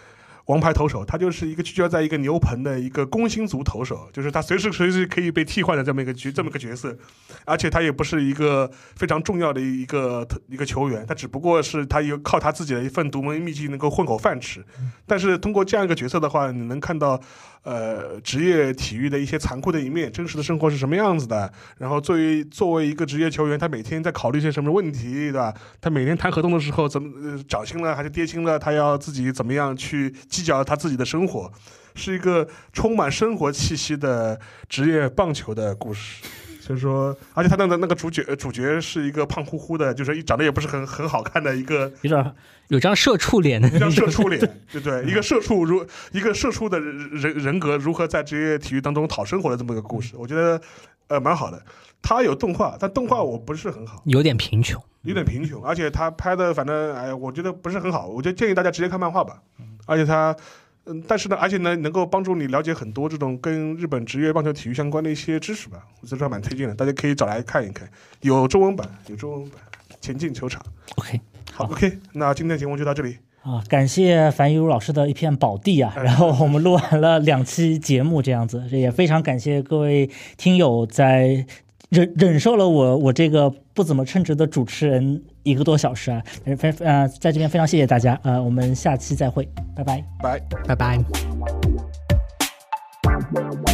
王牌投手，他就是一个聚焦在一个牛棚的一个攻心族投手，就是他随时随时可以被替换的这么一个角这么一个角色，而且他也不是一个非常重要的一个一个球员，他只不过是他有靠他自己的一份独门秘籍能够混口饭吃。但是通过这样一个角色的话，你能看到呃职业体育的一些残酷的一面，真实的生活是什么样子的。然后作为作为一个职业球员，他每天在考虑些什么问题，对吧？他每天谈合同的时候，怎么、呃、涨薪了还是跌薪了，他要自己怎么样去计较他自己的生活，是一个充满生活气息的职业棒球的故事。所以说，而且他的那个主角主角是一个胖乎乎的，就是长得也不是很很好看的一个， 有点有张社畜脸的， 一张社畜脸，对对，一个社畜如一个社畜的人人格如何在职业体育当中讨生活的这么一个故事，我觉得呃蛮好的。他有动画，但动画我不是很好， 有点贫穷， 有点贫穷，而且他拍的反正哎，我觉得不是很好，我就建议大家直接看漫画吧。而且他。嗯，但是呢，而且呢，能够帮助你了解很多这种跟日本职业棒球体育相关的一些知识吧，我觉得蛮推荐的，大家可以找来看一看。有中文版，有中文版，前进球场。 OK， 好 ，OK， 那今天的节目就到这里。 啊，感谢樊一茹老师的一片宝地啊！然后我们录完了两期节目，这样子，也非常感谢各位听友在忍忍受了我我这个不怎么称职的主持人一个多小时啊，非呃，在这边非常谢谢大家，呃，我们下期再会，拜拜， 拜拜拜。